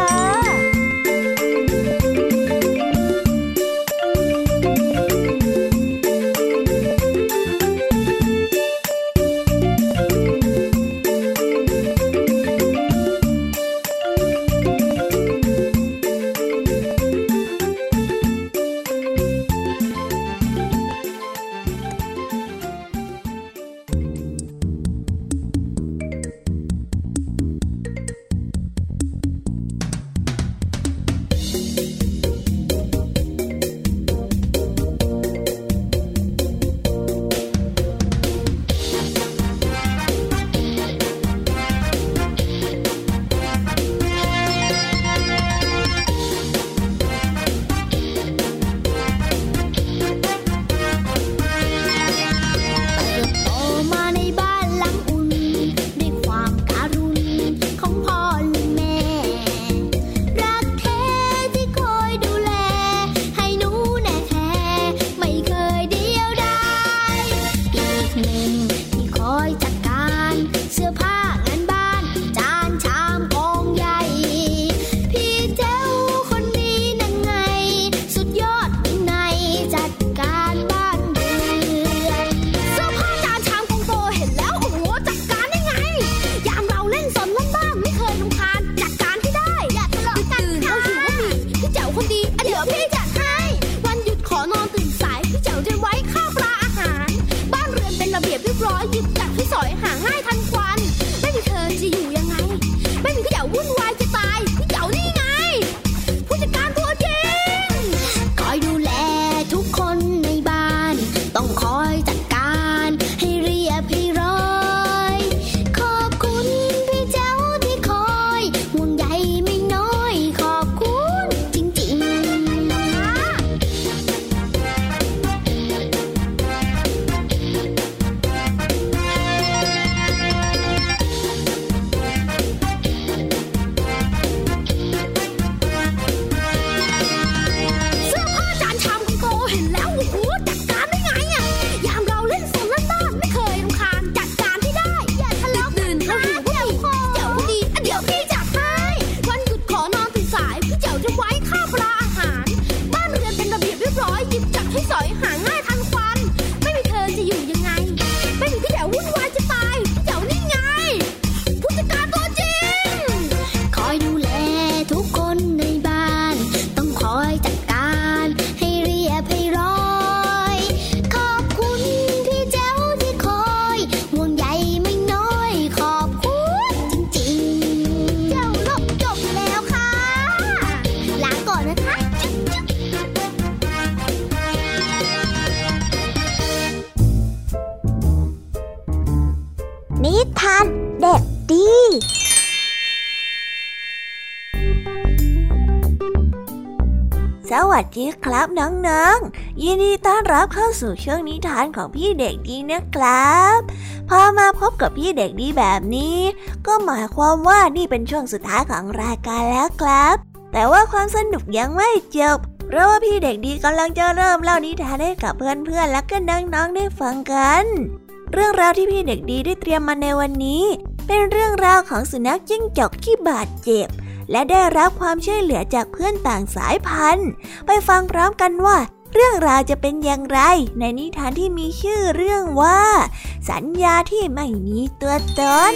สวัสดีครับน้องๆยินดีต้อนรับเข้าสู่ช่วงนิทานของพี่เด็กดีนะครับพอมาพบกับพี่เด็กดีแบบนี้ก็หมายความว่านี่เป็นช่วงสุดท้ายของรายการแล้วครับแต่ว่าความสนุกยังไม่จบเพราะว่าพี่เด็กดีกำลังจะเริ่มเล่านิทานให้กับเพื่อนๆและก็น้องๆได้ฟังกันเรื่องราวที่พี่เด็กดีได้เตรียมมาในวันนี้เป็นเรื่องราวของสุนัขจิ้งจอกที่บาดเจ็บและได้รับความช่วยเหลือจากเพื่อนต่างสายพันธุ์ไปฟังพร้อมกันว่าเรื่องราวจะเป็นอย่างไรในนิทานที่มีชื่อเรื่องว่าสัญญาที่ไม่มีตัวตน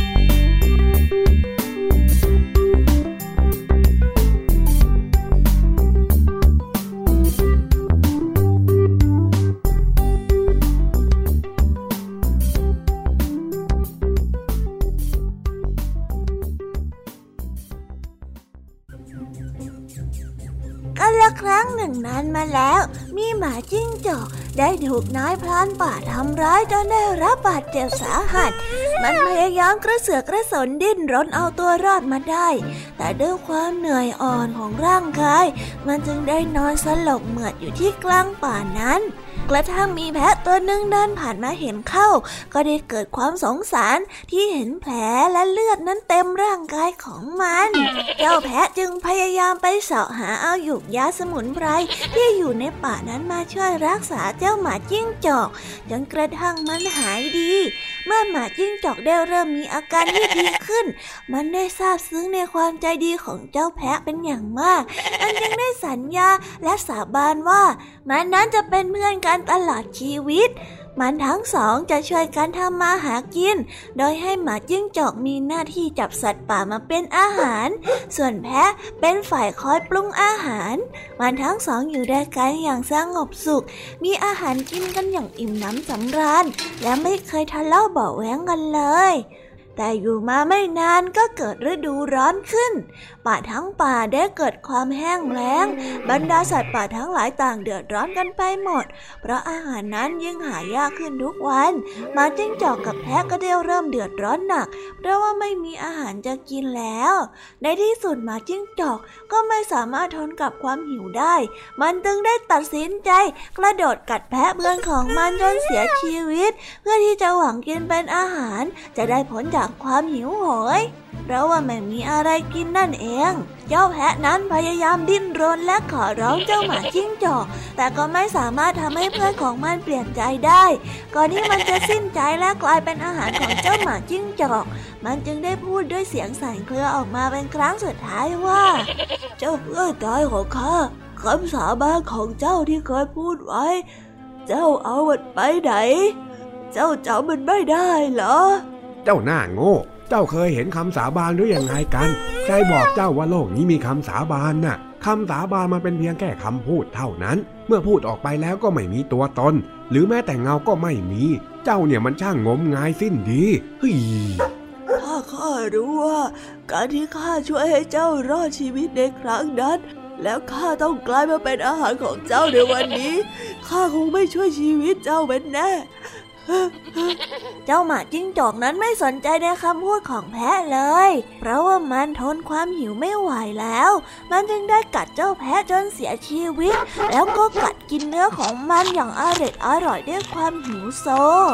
กันละครั้งหนึ่งนานมาแล้วมีหมาจิ้งจอกได้ถูกนายพรานป่าทำร้ายจนได้รับบาดเจ็บสาหัสมันพยายามกระเสือกกระสนดิ้นรนเอาตัวรอดมาได้แต่ด้วยความเหนื่อยอ่อนของร่างกายมันจึงได้นอนสลบเหมือดอยู่ที่กลางป่านั้นกระทั่งมีแพะตัวหนึ่งเดินผ่านมาเห็นเข้าก็ได้เกิดความสงสารที่เห็นแผลและเลือดนั้นเต็มร่างกายของมันเจ้าแพะจึงพยายามไปเสาะหาเอาหยูกยาสมุนไพรที่อยู่ในป่านั้นมาช่วยรักษาเจ้าหมาจิ้งจอกจนกระทั่งมันหายดีเมื่อหมาจิ้งจอกได้เริ่มมีอาการที่ดีขึ้นมันได้ซาบซึ้งในความใจดีของเจ้าแพะเป็นอย่างมากมันจึงได้สัญญาและสาบานว่ามันนั้นจะเป็นเพื่อนกันตลอดชีวิตมันทั้งสองจะช่วยกันทำมาหากินโดยให้หมาจิ้งจอกมีหน้าที่จับสัตว์ป่ามาเป็นอาหารส่วนแพะเป็นฝ่ายคอยปรุงอาหารมันทั้งสองอยู่ด้วยกันอย่างสงบสุขมีอาหารกินกันอย่างอิ่มหนำสำราญและไม่เคยทะเลาะเบาะแว้งกันเลยแต่อยู่มาไม่นานก็เกิดฤดูร้อนขึ้นป่าทั้งป่าได้เกิดความแห้งแล้งบรรดาสัตว์ป่าทั้งหลายต่างเดือดร้อนกันไปหมดเพราะอาหารนั้นยิ่งหายากขึ้นทุกวันหมาจิ้งจอกกับแพะก็ได้เริ่มเดือดร้อนหนักเพราะว่าไม่มีอาหารจะกินแล้วในที่สุดหมาจิ้งจอกก็ไม่สามารถทนกับความหิวได้มันจึงได้ตัดสินใจกระโดดกัดแพะเพื่อนของมันจนเสียชีวิตเพื่อที่จะหวังกินเป็นอาหารจะได้พ้นจากความหิวโหยเพราะว่าไม่มีอะไรกินนั่นเองเจ้าแพะนั้นพยายามดิ้นรนและขอร้องเจ้าหมาจิ้งจอกแต่ก็ไม่สามารถทำให้เพื่อนของมันเปลี่ยนใจได้ก่อนที่มันจะสิ้นใจและกลายเป็นอาหารของเจ้าหมาจิ้งจอกมันจึงได้พูดด้วยเสียงสั่นเครือออกมาเป็นครั้งสุดท้ายว่าเจ้าเพื่อนตายของข้าคำสาบานของเจ้าที่เคยพูดไว้เจ้าเอามันไปไหนเจ้าจำมันไม่ได้เหรอเจ้าหน้าโง่เจ้าเคยเห็นคำสาบานหรือยังไงกันใครบอกเจ้าว่าโลกนี้มีคำสาบานน่ะคำสาบานมันเป็นเพียงแค่คำพูดเท่านั้นเมื่อพูดออกไปแล้วก็ไม่มีตัวตนหรือแม้แต่เงาก็ไม่มีเจ้าเนี่ยมันช่างงมงายสิ้นดีเฮ้ยข้าข้ารู้ว่าการที่ข้าช่วยให้เจ้ารอดชีวิตในครั้งนั้นแล้วข้าต้องกลายมาเป็นอาหารของเจ้าในวันนี้ข้าคงไม่ช่วยชีวิตเจ้าเป็นแน่เจ้าหมาจิ้งจอกนั้นไม่สนใจในคำพูดของแพะเลยเพราะว่ามันทนความหิวไม่ไหวแล้วมันจึงได้กัดเจ้าแพะจนเสียชีวิตแล้วก็กัดกินเนื้อของมันอย่างอร่อยอร่อยด้วยความหิวโซ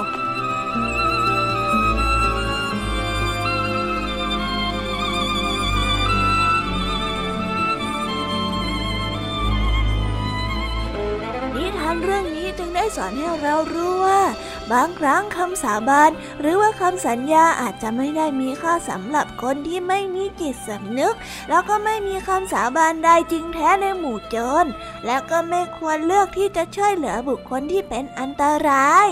นิทานเรื่องนี้จึงได้สอนให้เรารู้ว่าบางครั้งคำสาบานหรือว่าคำสัญญาอาจจะไม่ได้มีค่าสำหรับคนที่ไม่มีจิตสำนึกแล้วก็ไม่มีคำสาบานใดจริงแท้ในหมู่โจรและก็ไม่ควรเลือกที่จะช่วยเหลือบุคคลที่เป็นอันตราย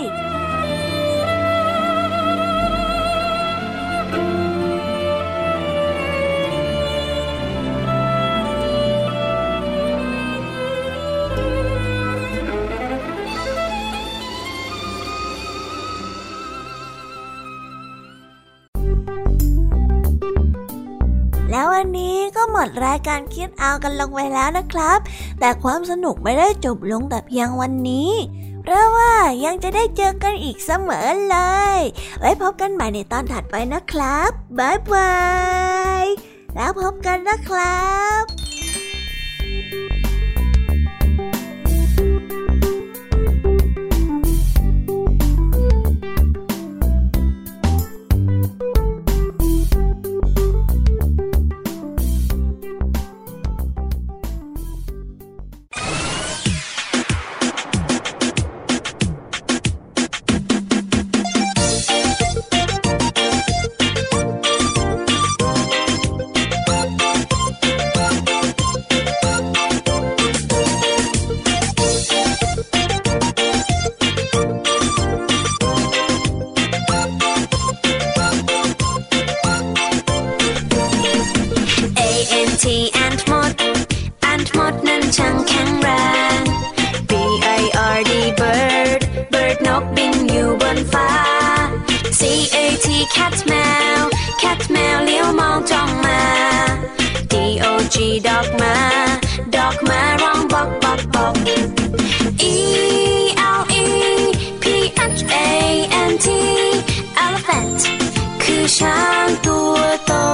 แล้ววันนี้ก็หมดรายการคิดเอากันลงไปแล้วนะครับแต่ความสนุกไม่ได้จบลงแต่เพียงวันนี้เพราะว่ายังจะได้เจอกันอีกเสมอเลยไว้พบกันใหม่ในตอนถัดไปนะครับบ๊ายบายแล้วพบกันนะครับช่างแข็งแรง B I R D bird bird นกบินอยู่บนฟ้า C A T cat แมว cat แมวเลี้ยวมองจ้องมา D O G dog มา dog มาร้องบอกบอกบอก E L E P H A N T elephant คือช้างตัวโต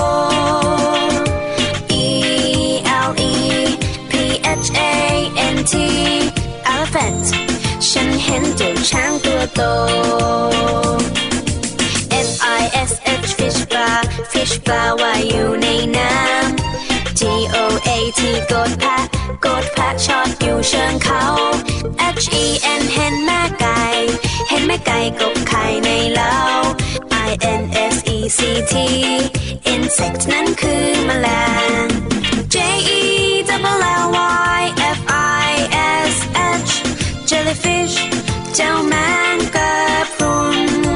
E L E P H A N T elephant ฉันเห็นเจ้าช้างตัวโต F I S H fish ปลา fish ปลาว่ายอยู่ในน้ำ G O A T โกดแพะโกดแพะชอดอยู่เชิงเขา H E N เห็นแม่ไก่เห็นแม่ไก่กบไข่ในเล้า I N S E C T insect นั้นคือแมลง J E L L Y F I S H jellyfish เจ้าแมงกะพรุน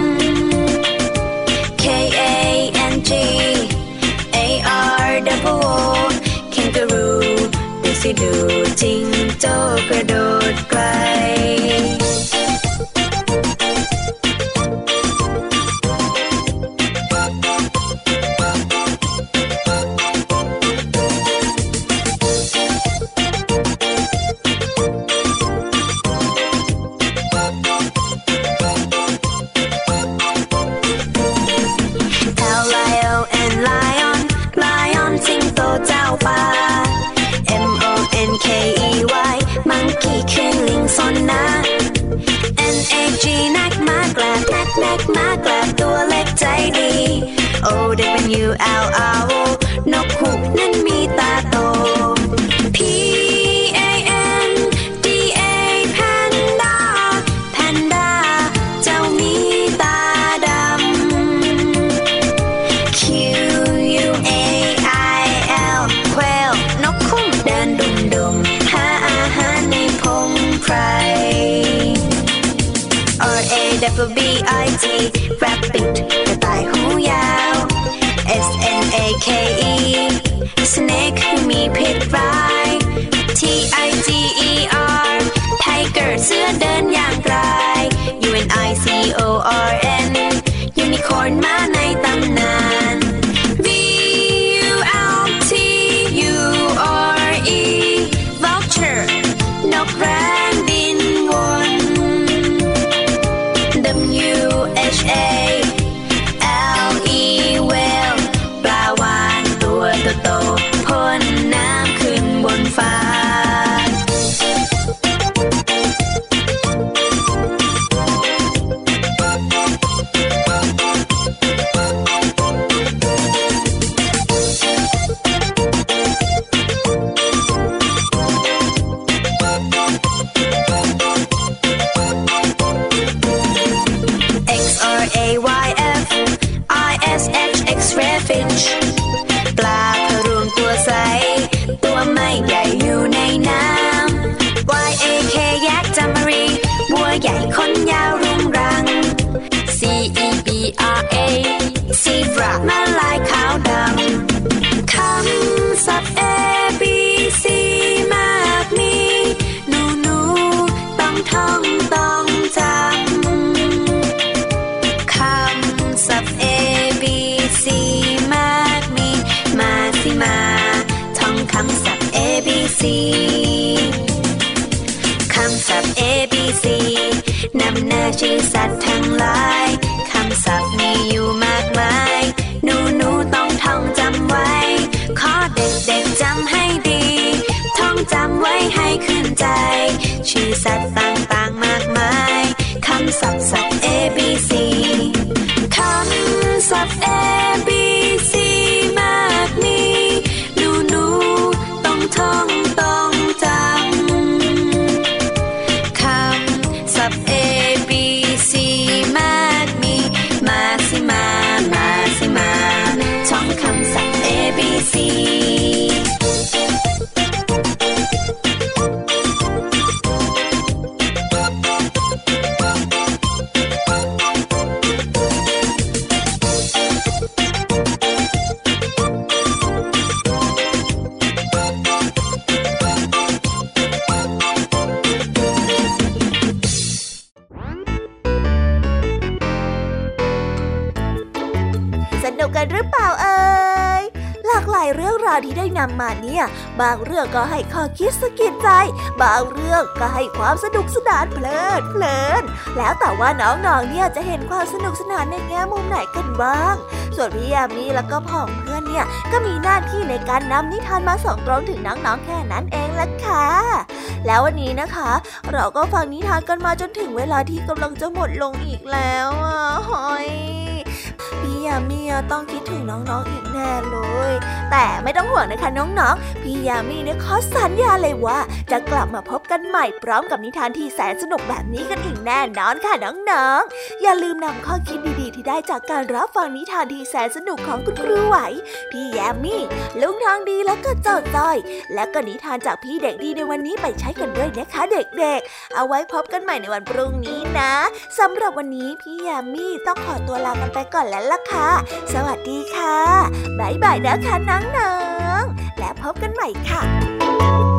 K A N G A R O O kangaroo ดูสิดูจิงโจ้กระโดดไกลO W L R O นกฮูกนั้นมีตาโต P A N D A panda panda เจ้ามีตาดำ Q U A I L quail นกคุ้มเดินดุ่มดุ่มหาอาหารในพงไพร R A W B I T rabbit กระต่ายหูยาว S N A K E snake มีพิษร้าย T I G E R tiger เสือเดินอย่างไกล U N I C O R N unicorn ม้าในตำนาน V U L T U R E vulture นกแร้งบินวน W H A L E whale ปลาวาฬตัวโตๆพ่นน้ำขึ้นบนฟ้า X R A Y F I S H X-ray fish ปลาพะรวงตัวใสตัวไม่ใหญ่อยู่ในน้ำ Y A K ยักษ์จามรีบัวใหญ่ขนยาวรุงรัง C E B R A zebra ม้าลายขาวดำคำศัพท์ A B C มากมีหนูหนูต้องท่องต้องจำคำศัพท์ A B C มากมีมาสิมาท่องคำศัพท์ A B C คำศัพท์ A B C นำหน้าชื่อสัตว์ทั้งหลายคำศัพท์มีอยู่มากมายหนูหนูต้องท่องจำไว้ขอเด็กๆจำให้ดีท่องจำไว้ให้ขึ้นใจชื่อสัตว์ต่างๆมากมายคำศัพท์ศัพท์ A B C คำศัพท์ A B C มากมีหนูหนูต้องท่องต้องจำคำศัพท์ A B C มากมีมาสิมามาสิมาท่องคำศัพท์ A B C านที่ได้นำมาเนี่ยบางเรื่องก็ให้ข้อคิดสะกิดใจบางเรื่องก็ให้ความสนุกสนานเพลิดเพลินแล้วแต่ว่าน้องๆเนี่ยจะเห็นความสนุกสนานในแง่มุมไหนกันบ้างส่วนพี่ยามีแล้วก็พ่องเพื่อนเนี่ยก็มีหน้าที่ในการนำนิทานมาส่งตรงถึงน้องๆแค่นั้นเองล่ะค่ะแล้ววันนี้นะคะเราก็ฟังนิทานกันมาจนถึงเวลาที่กำลังจะหมดลงอีกแล้วอ่ะหอยพี่ยามีต้องคิดถึงน้องๆอีกแน่เลยแต่ไม่ต้องห่วงนะคะน้องๆพี่ยามีเนี่ยขอสัญญาเลยว่าจะกลับมาพบกันใหม่พร้อมกับนิทานที่แสนสนุกแบบนี้กันอีกแน่นอนค่ะน้องๆอย่าลืมนำข้อคิดดีๆที่ได้จากการรับฟังนิทานที่แสนสนุกของคุณครูไหวพี่ยามีลุงทองดีและก็เจ้าจ้อยและก็นิทานจากพี่เด็กดีในวันนี้ไปใช้กันด้วยนะคะเด็กๆเอาไว้พบกันใหม่ในวันพรุ่งนี้นะสำหรับวันนี้พี่ยามีต้องขอตัวลากันไปก่อนแล้วล่ะค่ะสวัสดีค่ะบ๊ายบายนะคะน้องๆและพบกันใหม่ค่ะ